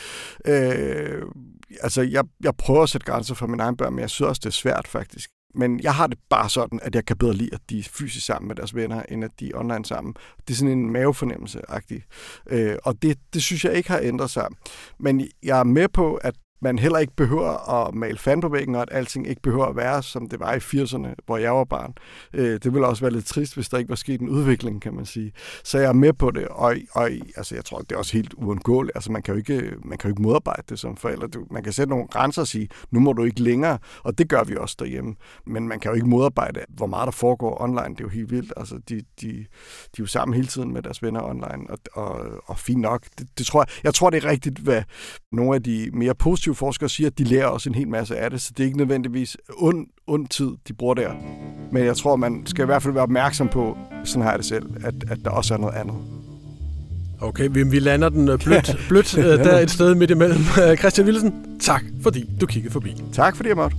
Jeg prøver at sætte grænser for mine egne børn, men jeg synes også, det er svært, faktisk. Men jeg har det bare sådan, at jeg kan bedre lide, at de er fysisk sammen med deres venner, end at de er online sammen. Det er sådan en mavefornemmelse-agtig. Og det synes jeg ikke har ændret sig. Men jeg er med på, at man heller ikke behøver at male fan på væggen, og at alting ikke behøver at være, som det var i 80'erne, hvor jeg var barn. Det ville også være lidt trist, hvis der ikke var sket en udvikling, kan man sige. Så jeg er med på det, og altså, jeg tror, det er også helt uundgåeligt. Altså, man kan jo ikke modarbejde det som forældre. Man kan sætte nogle grænser og sige, nu må du ikke længere, og det gør vi også derhjemme. Men man kan jo ikke modarbejde, hvor meget der foregår online. Det er jo helt vildt. Altså, de er jo sammen hele tiden med deres venner online, og fint nok. Det tror jeg tror, det er rigtigt, hvad nogle af de mere positive forskere siger, at de lærer også en hel masse af det, så det er ikke nødvendigvis ond tid, de bruger der. Men jeg tror, man skal i hvert fald være opmærksom på, sådan har jeg det selv, at der også er noget andet. Okay, vi lander den blødt der et sted midt imellem. Christian Willesen, tak fordi du kiggede forbi. Tak fordi jeg måtte.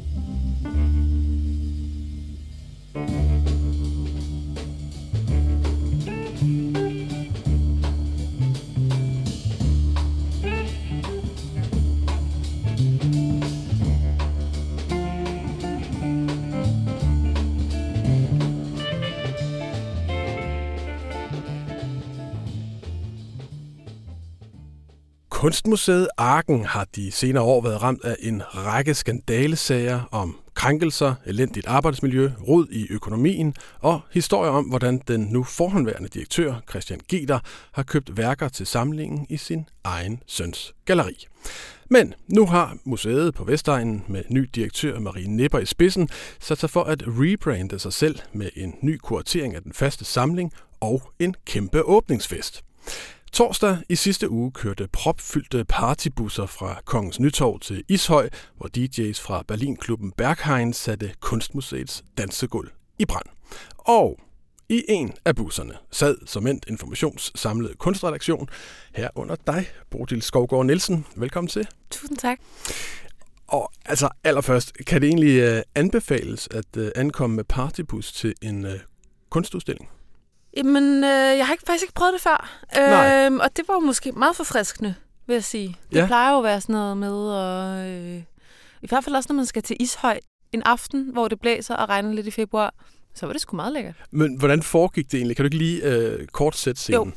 Kunstmuseet Arken har de senere år været ramt af en række skandalesager om krænkelser, elendigt arbejdsmiljø, rod i økonomien og historier om, hvordan den nu forhåndværende direktør, Christian Geder, har købt værker til samlingen i sin egen søns galleri. Men nu har museet på Vestegnen med ny direktør Marie Nipper i spidsen sat sig for at rebrande sig selv med en ny kuratering af den faste samling og en kæmpe åbningsfest. Torsdag i sidste uge kørte propfyldte partybusser fra Kongens Nytorv til Ishøj, hvor DJ's fra Berlinklubben Berghain satte Kunstmuseets dansegulv i brand. Og i en af busserne sad såmænd informationssamlede kunstredaktion herunder dig, Bodil Skovgaard Nielsen. Velkommen til. Tusind tak. Og altså allerførst, kan det egentlig anbefales at ankomme med partybus til en kunstudstilling? Jamen, jeg har faktisk ikke prøvet det før. Og det var måske meget forfriskende, vil jeg sige. Det plejer jo at være sådan noget med, og i hvert fald også, når man skal til Ishøj en aften, hvor det blæser og regner lidt i februar, så var det sgu meget lækkert. Men hvordan foregik det egentlig? Kan du ikke lige kort sætte scenen?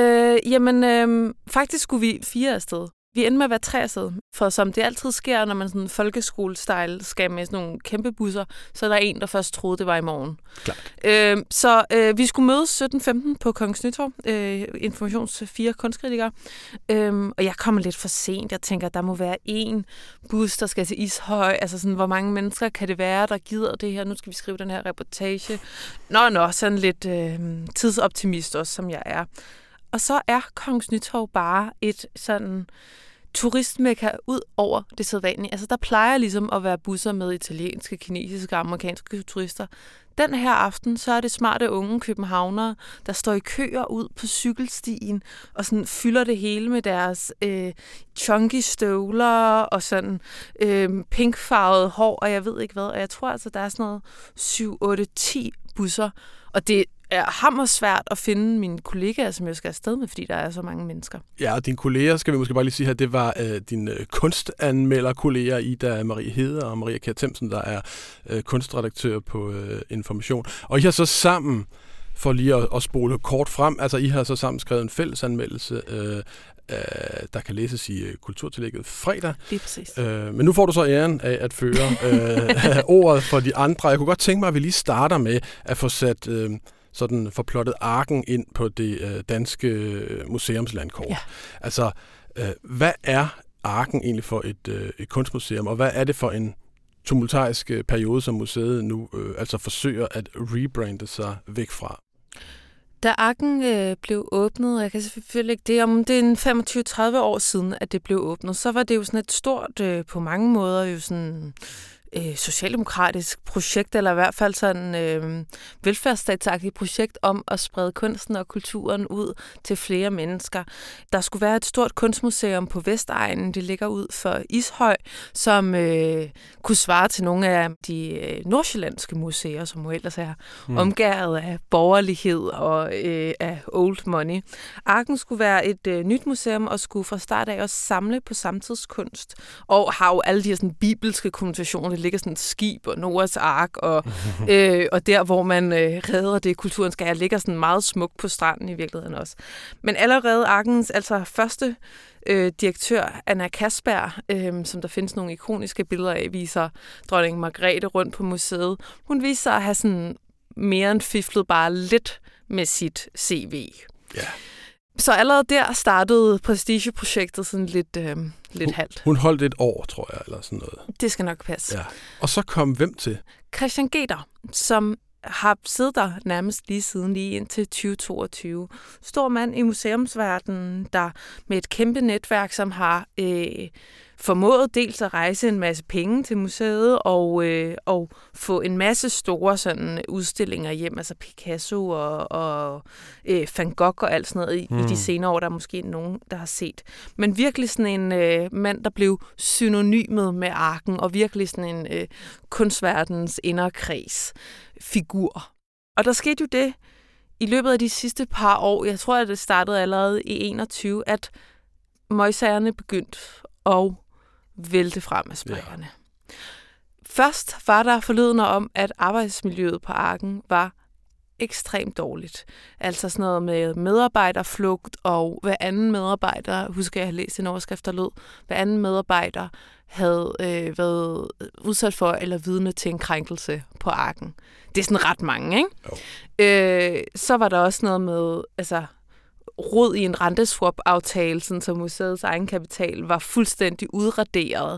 Jo, faktisk skulle vi 4 afsted. Vi endte med at være 3 afsted, for som det altid sker, når man sådan folkeskole-style skal med sådan nogle kæmpe busser, så er der en, der først troede, det var i morgen. Klart. Så vi skulle mødes 17.15 på Kongens Nytorv, informations 4 kunstkritikere, og jeg kommer lidt for sent. Jeg tænker, der må være en bus, der skal til Ishøj. Altså sådan, hvor mange mennesker kan det være, der gider det her? Nu skal vi skrive den her reportage. Nå, sådan lidt tidsoptimist også, som jeg er. Og så er Kongens Nytorv bare et sådan turistmekka ud over det sædvanlige. Altså, der plejer ligesom at være busser med italienske, kinesiske og amerikanske turister. Den her aften, så er det smarte unge københavnere, der står i køer ud på cykelstien og sådan fylder det hele med deres chunky støvler og sådan pinkfarvet hår, og jeg ved ikke hvad. Og jeg tror altså, der er sådan noget 7, 8, 10 busser, og det er hammersvært at finde mine kollegaer, som jeg skal afsted med, fordi der er så mange mennesker. Ja, og dine kolleger, skal vi måske bare lige sige her, det var dine kunstanmelderkolleger, Ida Marie Hede og Maria Kjær Themsen, der er kunstredaktør på Information. Og I har så sammen, for lige at spole kort frem, altså I har så sammen skrevet en fællesanmeldelse, der kan læses i Kulturtillægget fredag. Det er præcis. Men nu får du så æren af at føre ordet for de andre. Jeg kunne godt tænke mig, at vi lige starter med at få sat sådan forplottet Arken ind på det danske museumslandkort. Ja. Altså, hvad er Arken egentlig for et kunstmuseum, og hvad er det for en tumultarisk periode, som museet nu altså forsøger at rebrande sig væk fra? Da Arken blev åbnet, jeg kan selvfølgelig ikke det er 25-30 år siden, at det blev åbnet, så var det jo sådan et stort, på mange måder jo sådan socialdemokratisk projekt, eller i hvert fald sådan velfærdsstatsagtigt projekt om at sprede kunsten og kulturen ud til flere mennesker. Der skulle være et stort kunstmuseum på Vestegnen, det ligger ud for Ishøj, som kunne svare til nogle af de nordsjællandske museer, som jo ellers er omgærdet af borgerlighed og af old money. Arken skulle være et nyt museum og skulle fra start af også samle på samtidskunst, og har jo alle de her sådan bibelske konnotationer. Det ligger sådan et skib og Noahs ark, og der, hvor man redder det, kulturen skal have, ligger sådan meget smukt på stranden i virkeligheden også. Men allerede Arkens, altså første direktør, Anna Kasberg, som der findes nogle ikoniske billeder af, viser dronning Margrethe rundt på museet. Hun viser sig at have sådan mere end fiflet bare lidt med sit CV. Ja. Så allerede der startede prestigeprojektet sådan lidt halvt. Hun holdt et år, tror jeg, eller sådan noget. Det skal nok passe. Ja. Og så kom hvem til? Christian Geder, som har siddet der nærmest lige indtil 2022. Stor mand i museumsverdenen, der med et kæmpe netværk, som har formåede dels at rejse en masse penge til museet og få en masse store sådan udstillinger hjem, altså Picasso og Van Gogh og alt sådan noget i de senere år, der er måske nogen, der har set. Men virkelig sådan en mand, der blev synonymet med Arken, og virkelig sådan en kunstverdens inderkreds figur. Og der skete jo det i løbet af de sidste par år, jeg tror, at det startede allerede i 21, at møgsagerne begyndte at vælte frem af sprækkerne. Ja. Først var der forlydender om, at arbejdsmiljøet på Arken var ekstremt dårligt. Altså sådan noget med medarbejderflugt, og hver anden medarbejder, husker jeg har læst en overskrift, der lød, hver anden medarbejder havde været udsat for eller vidne til en krænkelse på Arken. Det er sådan ret mange, ikke? Så var der også noget med, altså rod i en renteswap-aftale, sådan så museets egenkapital var fuldstændig udraderet.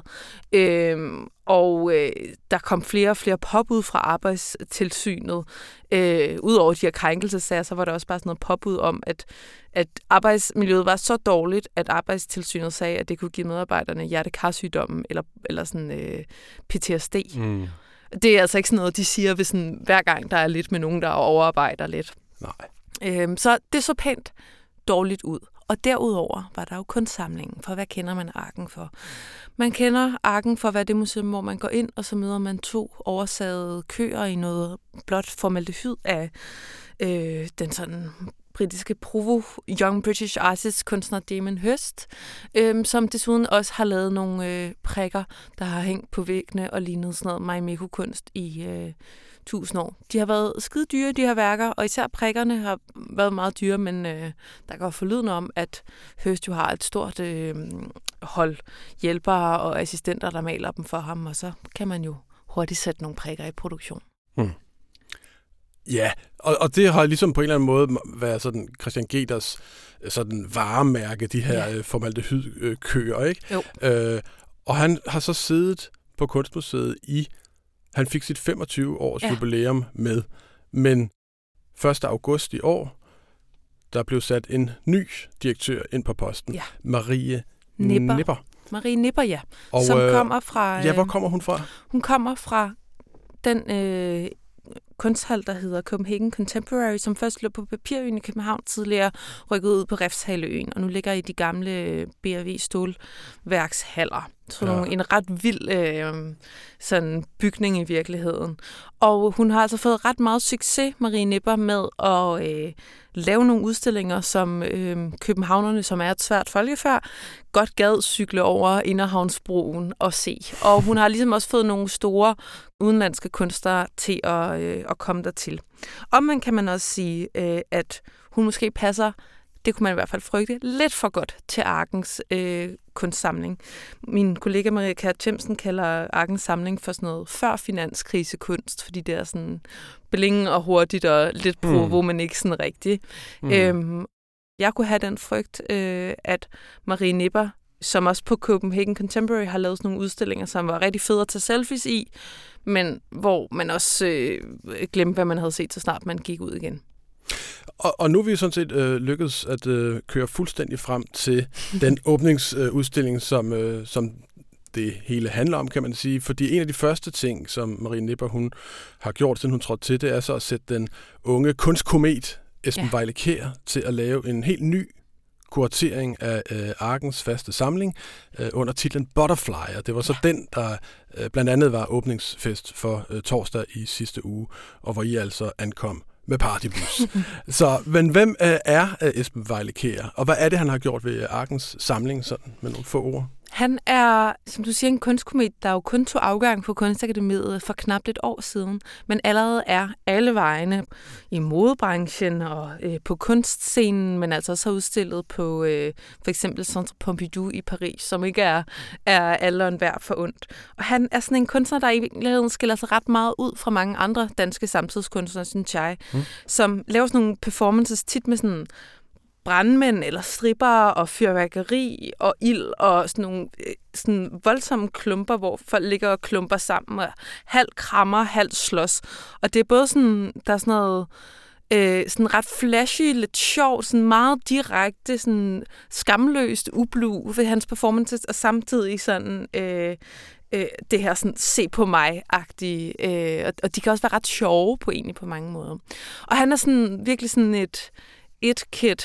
Der kom flere og flere påbud fra Arbejdstilsynet. Udover de her krænkelsesager, så var der også bare sådan noget påbud om, at arbejdsmiljøet var så dårligt, at Arbejdstilsynet sagde, at det kunne give medarbejderne hjertekarsygdommen eller sådan PTSD. Det er altså ikke sådan noget, de siger, hvis sådan, hver gang der er lidt med nogen, der overarbejder lidt. Nej. Så det så pænt dårligt ud. Og derudover var der jo kunstsamlingen, for hvad kender man Arken for? Man kender Arken for, hvad det museum, hvor man går ind, og så møder man 2 oversagede køer i noget blåt formaldehyd af den sådan britiske Provo Young British Artist kunstner Damon Hirst, som desuden også har lavet nogle prikker, der har hængt på væggene og lignet sådan noget Marimekko-kunst i 1000 år. De har været skide dyre, de her værker, og især prikkerne har været meget dyre, men der går forlydende om, at Hirst jo har et stort hold hjælpere og assistenter, der maler dem for ham, og så kan man jo hurtigt sætte nogle prikker i produktion. Ja, og det har ligesom på en eller anden måde været sådan Christian Geders sådan varemærke, de her formaldehydkøer, ikke? Jo. Og han har så siddet på Kunstmuseet han fik sit 25-års jubilæum med, men 1. august i år, der blev sat en ny direktør ind på posten, Marie Nipper. Marie Nipper, ja. Og, som kommer fra... hvor kommer hun fra? Hun kommer fra den kunsthal, der hedder Copenhagen Contemporary, som først lå på Papirøen i København, tidligere rykket ud på Refshaleøen, og nu ligger i de gamle B&W stålværkshaller. Så en ret vild sådan bygning i virkeligheden. Og hun har altså fået ret meget succes, Marie Nipper, med at lave nogle udstillinger, som københavnerne, som er et svært folkefærd, godt gad cykle over Inderhavnsbroen og se. Og hun har ligesom også fået nogle store udenlandske kunstnere til at komme dertil. Omvendt kan man også sige, at hun måske passer, det kunne man i hvert fald frygte, lidt for godt til Arkens kunstsamling. Min kollega Maria Kjær Themsen kalder Arkens samling for sådan noget før finanskrisekunst, fordi det er sådan blinge og hurtigt og lidt provo, men ikke sådan rigtigt. Jeg kunne have den frygt, at Marie Nipper, som også på Copenhagen Contemporary har lavet sådan nogle udstillinger, som var rigtig fede at tage selfies i, men hvor man også glemte, hvad man havde set, så snart man gik ud igen. Og nu er vi sådan set lykkedes at køre fuldstændig frem til den åbningsudstilling, som det hele handler om, kan man sige. Fordi en af de første ting, som Marie Nipper hun har gjort, siden hun trådte til, det er så at sætte den unge kunstkomet Esben Vejle Kjær til at lave en helt ny kuratering af Arkens faste samling under titlen Butterfly, og det var så den, der blandt andet var åbningsfest for torsdag i sidste uge, og hvor I altså ankom med partybus. Men hvem er Esben Vejle Kjær, og hvad er det, han har gjort ved Arkens samling, sådan med nogle få ord? Han er, som du siger, en kunstkomet, der jo kun tog afgang på Kunstakademiet for knap et år siden, men allerede er alle vejene i modebranchen og på kunstscenen, men altså også har udstillet på for eksempel Centre Pompidou i Paris, som ikke er alle og enhver forundt. Og han er sådan en kunstner, der i virkeligheden skiller sig ret meget ud fra mange andre danske samtidskunstnere, synes jeg, som laver sådan nogle performances tit med sådan brandmænd eller strippere og fyrværkeri og ild og sådan nogle sådan voldsomme klumper, hvor folk ligger og klumper sammen og halvt krammer, halvt slås. Og det er både sådan, der er sådan noget sådan ret flashy, lidt sjov, sådan meget direkte, sådan skamløst ublu ved hans performances, og samtidig sådan det her sådan se på mig-agtige, og de kan også være ret sjove på mange måder. Og han er sådan virkelig sådan et kid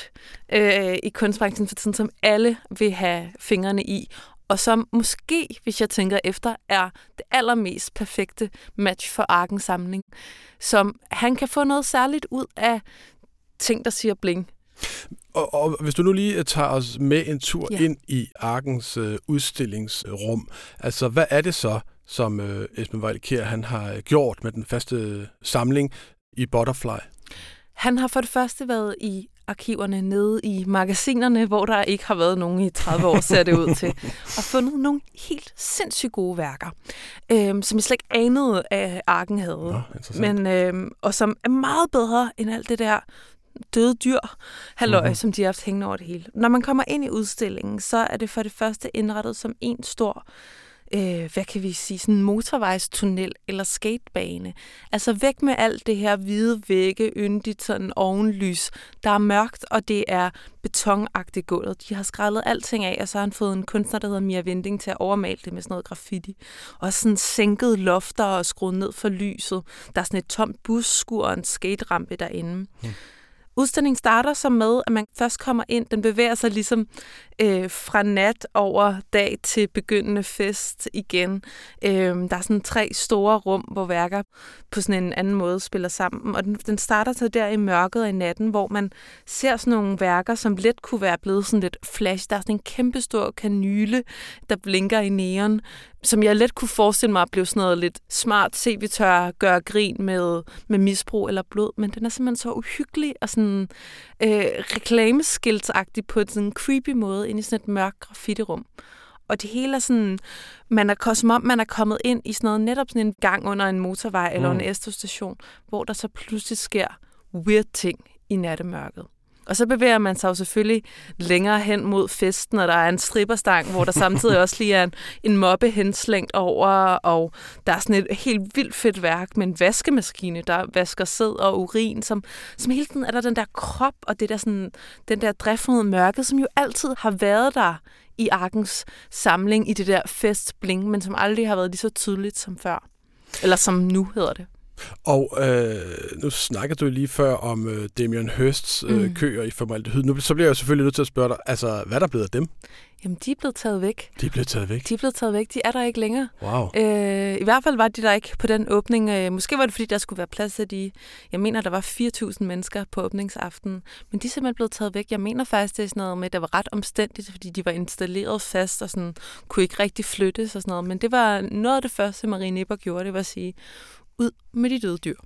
i kunstbranchen for tiden, som alle vil have fingrene i, og som måske, hvis jeg tænker efter, er det allermest perfekte match for Arkens samling. Som han kan få noget særligt ud af ting, der siger bling. Og hvis du nu lige tager os med en tur ind i Arkens udstillingsrum, altså hvad er det så, som Esben Vejle-Kjær han har gjort med den faste samling i Butterfly? Han har for det første været i arkiverne nede i magasinerne, hvor der ikke har været nogen i 30 år, ser det ud til, og fundet nogle helt sindssygt gode værker, som jeg slet ikke anede, at Arken havde. Og som er meget bedre end alt det der døde dyr, som de har haft hængende over det hele. Når man kommer ind i udstillingen, så er det for det første indrettet som en stor hvad kan vi sige, sådan en motorvejstunnel eller skatebane. Altså væk med alt det her hvide vægge, yndigt sådan ovenlys. Der er mørkt, og det er betonagtigt gulvet. De har skrællet alting af, og så har han fået en kunstner, der hedder Mia Winding, til at overmale det med sådan noget graffiti. Og sådan sænket lofter og skruet ned for lyset. Der er sådan et tomt busskur og en skaterampe derinde. Udstillingen starter så med, at man først kommer ind. Den bevæger sig ligesom fra nat over dag til begyndende fest igen. Der er sådan 3 store rum, hvor værker på sådan en anden måde spiller sammen. Og den starter så der i mørket i natten, hvor man ser sådan nogle værker, som let kunne være blevet sådan lidt flash. Der er sådan en kæmpestor kanyle, der blinker i neon, som jeg let kunne forestille mig at blive sådan noget lidt smart. Se, vi tør gøre grin med misbrug eller blod, men den er simpelthen så uhyggelig og sådan reklameskiltsagtig på sådan en creepy måde ind i sådan et mørkt graffitirum. Og det hele er sådan, som om man er kommet ind i sådan noget, netop sådan en gang under en motorvej eller en S-station, hvor der så pludselig sker weird ting i nattemørket. Og så bevæger man sig jo selvfølgelig længere hen mod festen, og der er en stripperstang, hvor der samtidig også lige er en mobbe henslængt over, og der er sådan et helt vildt fedt værk med en vaskemaskine, der vasker sæd og urin, som hele tiden er der den der krop, og det der sådan, den der drift mod mørket, som jo altid har været der i Arkens samling, i det der festbling, men som aldrig har været lige så tydeligt som før. Eller som nu hedder det. Og nu snakker du lige før om Damien Hirsts køer i formaldehyd. Nu så bliver jeg jo selvfølgelig nødt til at spørge dig, altså, hvad er der blevet af dem? Jamen, de er blevet taget væk. De er blevet taget væk? De er blevet taget væk. De er der ikke længere. Wow. I hvert fald var de der ikke på den åbning. Måske var det, fordi der skulle være plads til de... Jeg mener, der var 4.000 mennesker på åbningsaftenen. Men de er simpelthen blevet taget væk. Jeg mener faktisk, det er sådan noget med, at det var ret omstændigt, fordi de var installeret fast og sådan, kunne ikke rigtig flyttes og sådan noget. Men det var noget af det første, Marie Nipper gjorde, det var at sige, ud med de døde dyr.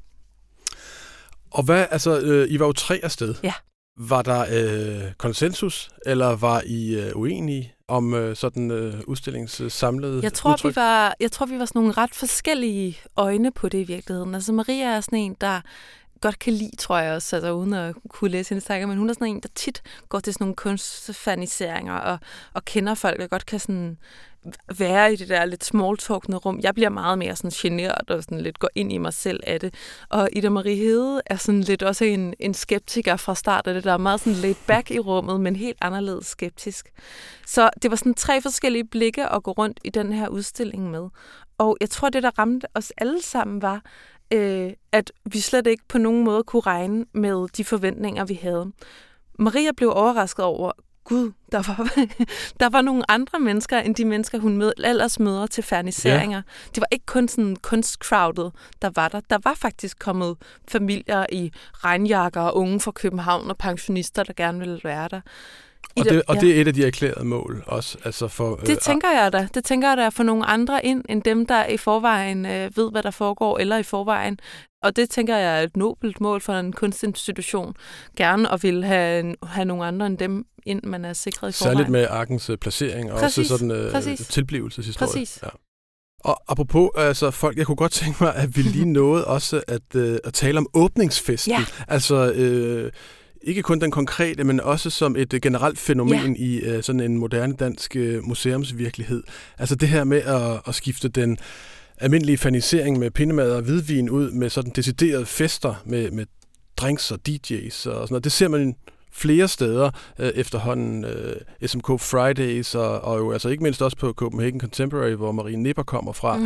Og hvad, altså, I var jo 3 afsted. Ja. Var der konsensus, eller var I uenige om sådan udstillingssamlede Jeg tror, vi var sådan nogle ret forskellige øjne på det i virkeligheden. Altså Maria er sådan en, der godt kan lide, tror jeg også, altså uden at kunne læse hendes tanker, men hun er sådan en, der tit går til sådan nogle kunstfaniseringer og kender folk, og godt kan sådan være i det der lidt smalltalkende rum. Jeg bliver meget mere sådan genert og sådan lidt går ind i mig selv af det. Og Ida Marie Hede er sådan lidt også en skeptiker fra start af det, der er meget sådan laid back i rummet, men helt anderledes skeptisk. Så det var sådan 3 forskellige blikke at gå rundt i den her udstilling med. Og jeg tror, det der ramte os alle sammen var, at vi slet ikke på nogen måde kunne regne med de forventninger, vi havde. Maria blev overrasket over, Gud, der var nogle andre mennesker, end de mennesker, hun ellers møder til ferniseringer. Ja. Det var ikke kun sådan kunstcrowdet, der var der. Der var faktisk kommet familier i regnjakker og unge fra København og pensionister, der gerne ville være der. Det er et af de erklærede mål også. Altså for, det tænker jeg da. Det tænker jeg da for nogle andre ind, end dem, der i forvejen ved, hvad der foregår, eller i forvejen. Og det tænker jeg er et nobelt mål for en kunstinstitution. Gerne og vil have nogle andre end dem ind, man er sikret i forvejen. Særligt med Arkens placering og også sådan tilblivelseshistorie. Præcis. Ja. Og apropos altså folk, jeg kunne godt tænke mig, at vi lige nåede også at tale om åbningsfesten. Ja. Altså ikke kun den konkrete, men også som et generelt fænomen i sådan en moderne dansk museumsvirkelighed. Altså det her med at skifte den almindelige fernisering med pindemad og hvidvin ud med sådan deciderede fester med drinks og DJ's og sådan noget. Det ser man flere steder efterhånden. SMK Fridays og jo altså ikke mindst også på Copenhagen Contemporary, hvor Marie Nipper kommer fra.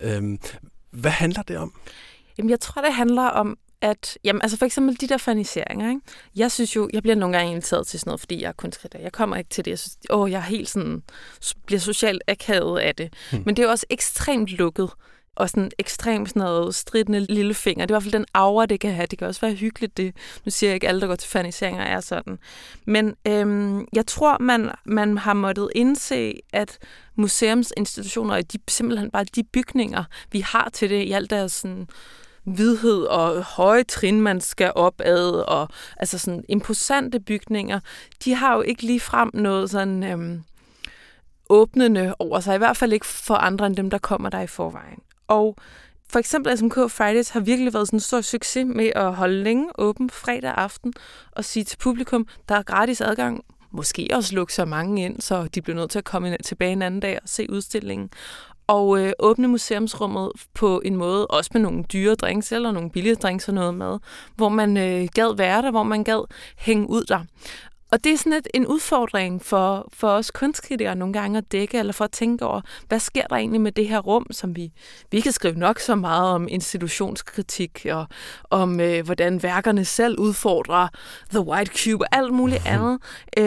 Hvad handler det om? Jamen, jeg tror, det handler om, at altså for eksempel de der faniseringer, ikke? Jeg synes jo, jeg bliver nogle gange inviteret til sådan noget, fordi jeg er kunstkritiker. Jeg kommer ikke til det. Jeg synes, jeg er helt sådan, bliver socialt akavet af det. Men det er jo også ekstremt lukket. Og sådan ekstremt sådan noget stridende lillefinger. Det er i hvert fald den aura, det kan have. Det kan også være hyggeligt, det. Nu siger jeg ikke, alle, der går til faniseringer, er sådan. Men jeg tror, man har måttet indse, at museumsinstitutioner, simpelthen bare de bygninger, vi har til det, i alt deres sådan hvidhed og høje trin, man skal opad, og altså sådan imposante bygninger, de har jo ikke ligefrem noget sådan åbnende over sig. I hvert fald ikke for andre end dem, der kommer der i forvejen. Og for eksempel SMK Fridays har virkelig været sådan en stor succes med at holde længe åben fredag aften og sige til publikum, der er gratis adgang. Måske også lukke så mange ind, så de bliver nødt til at komme tilbage en anden dag og se udstillingen. Og åbne museumsrummet på en måde, også med nogle dyre drinks eller nogle billige drinks og noget mad, hvor man gad være der, hvor man gad hænge ud der. Og det er sådan en udfordring for os kunstkritikere nogle gange at dække, eller for at tænke over, hvad sker der egentlig med det her rum, som vi kan skrive nok så meget om institutionskritik, og om hvordan værkerne selv udfordrer The White Cube og alt muligt andet.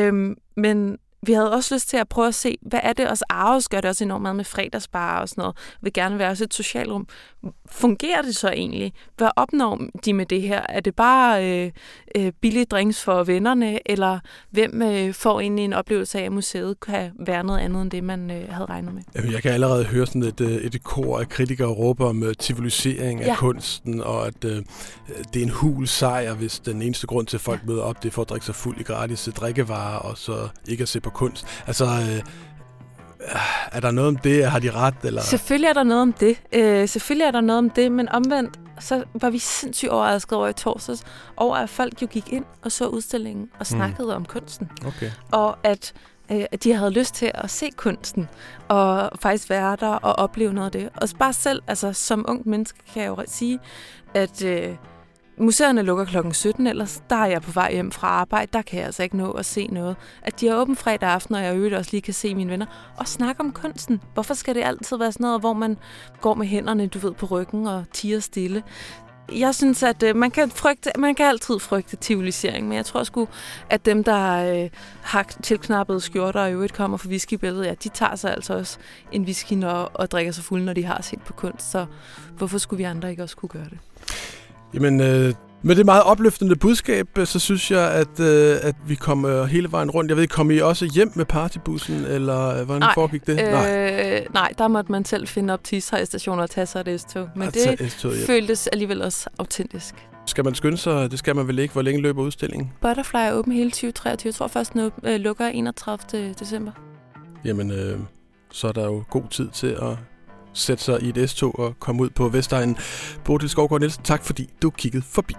Men vi havde også lyst til at prøve at se, hvad er det også Aarhus gør det også enormt meget med fredagsbarer og sådan noget. Vil gerne være også et socialrum. Fungerer det så egentlig? Hvad opnår de med det her? Er det bare billige drinks for vennerne, eller hvem får egentlig en oplevelse af, at museet kan være noget andet end det, man havde regnet med? Jamen, jeg kan allerede høre sådan et kor af kritikere råbe om civilisering af kunsten, og at det er en hul sejr, hvis den eneste grund til, at folk møder op, det er for at drikke sig fuld i gratis drikkevarer, og så ikke at se på kunst. Altså, er der noget om det? Har de ret? Eller? Selvfølgelig er der noget om det. Men omvendt, så var vi sindssygt overrasket over i torsdags, over at folk jo gik ind og så udstillingen og snakkede om kunsten. Okay. Og at de havde lyst til at se kunsten, og faktisk være der og opleve noget af det. Og bare selv, altså som ung menneske, kan jeg jo sige, at museerne lukker klokken 17, ellers der er jeg på vej hjem fra arbejde, der kan jeg altså ikke nå at se noget. At de er åben fredag aften, og jeg øvrigt også lige kan se mine venner, og snakke om kunsten. Hvorfor skal det altid være sådan noget, hvor man går med hænderne, du ved, på ryggen og tier stille? Jeg synes, at man kan altid frygte civilisering, men jeg tror sgu, at dem, der har tilknappede skjorter og i øvrigt kommer fra whiskybæltet, ja, de tager sig altså også en whisky og drikker sig fuld, når de har set på kunst. Så hvorfor skulle vi andre ikke også kunne gøre det? Jamen, med det meget opløftende budskab, så synes jeg, at vi kommer hele vejen rundt. Jeg ved ikke, kom I også hjem med partybussen, eller hvordan foregik det? Nej, der måtte man selv finde op til Ishøj-stationer og tage sig et S-tog. Men det føltes alligevel også autentisk. Skal man skynde sig? Det skal man vel ikke. Hvor længe løber udstillingen? Butterfly er åben hele 2023. Jeg tror først, den lukker 31. december. Jamen, så er der jo god tid til at sætte sig i et S-tog og komme ud på Vestegnen. Bodil Skovgaard Nielsen, tak fordi du kiggede forbi.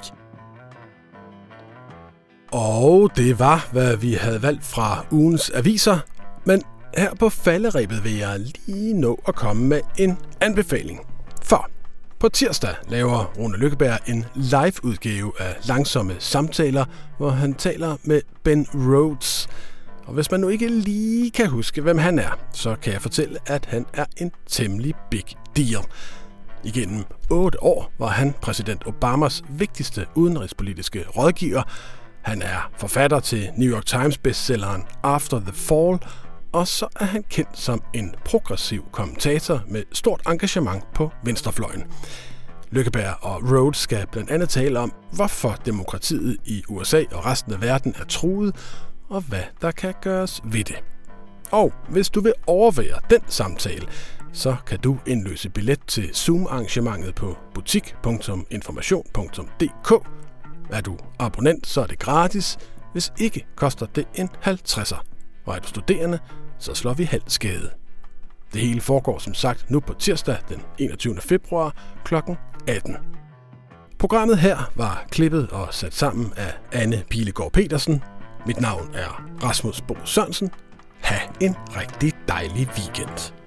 Og det var, hvad vi havde valgt fra ugens aviser. Men her på falderebet vil jeg lige nå at komme med en anbefaling. For på tirsdag laver Rune Lykkeberg en live-udgave af Langsomme Samtaler, hvor han taler med Ben Rhodes. Og hvis man nu ikke lige kan huske, hvem han er, så kan jeg fortælle, at han er en temmelig big deal. Igennem 8 år var han præsident Obamas vigtigste udenrigspolitiske rådgiver. Han er forfatter til New York Times bestselleren After the Fall, og så er han kendt som en progressiv kommentator med stort engagement på venstrefløjen. Lykkeberg og Rhodes skal blandt andet tale om, hvorfor demokratiet i USA og resten af verden er truet, og hvad der kan gøres ved det. Og hvis du vil overvære den samtale, så kan du indløse billet til Zoom-arrangementet på butik.information.dk. Er du abonnent, så er det gratis. Hvis ikke, koster det en 50'er. Og er du studerende, så slår vi halv skade. Det hele foregår som sagt nu på tirsdag den 21. februar kl. 18. Programmet her var klippet og sat sammen af Anne Pilegaard Petersen. Mit navn er Rasmus Bo Sørensen. Ha' en rigtig dejlig weekend.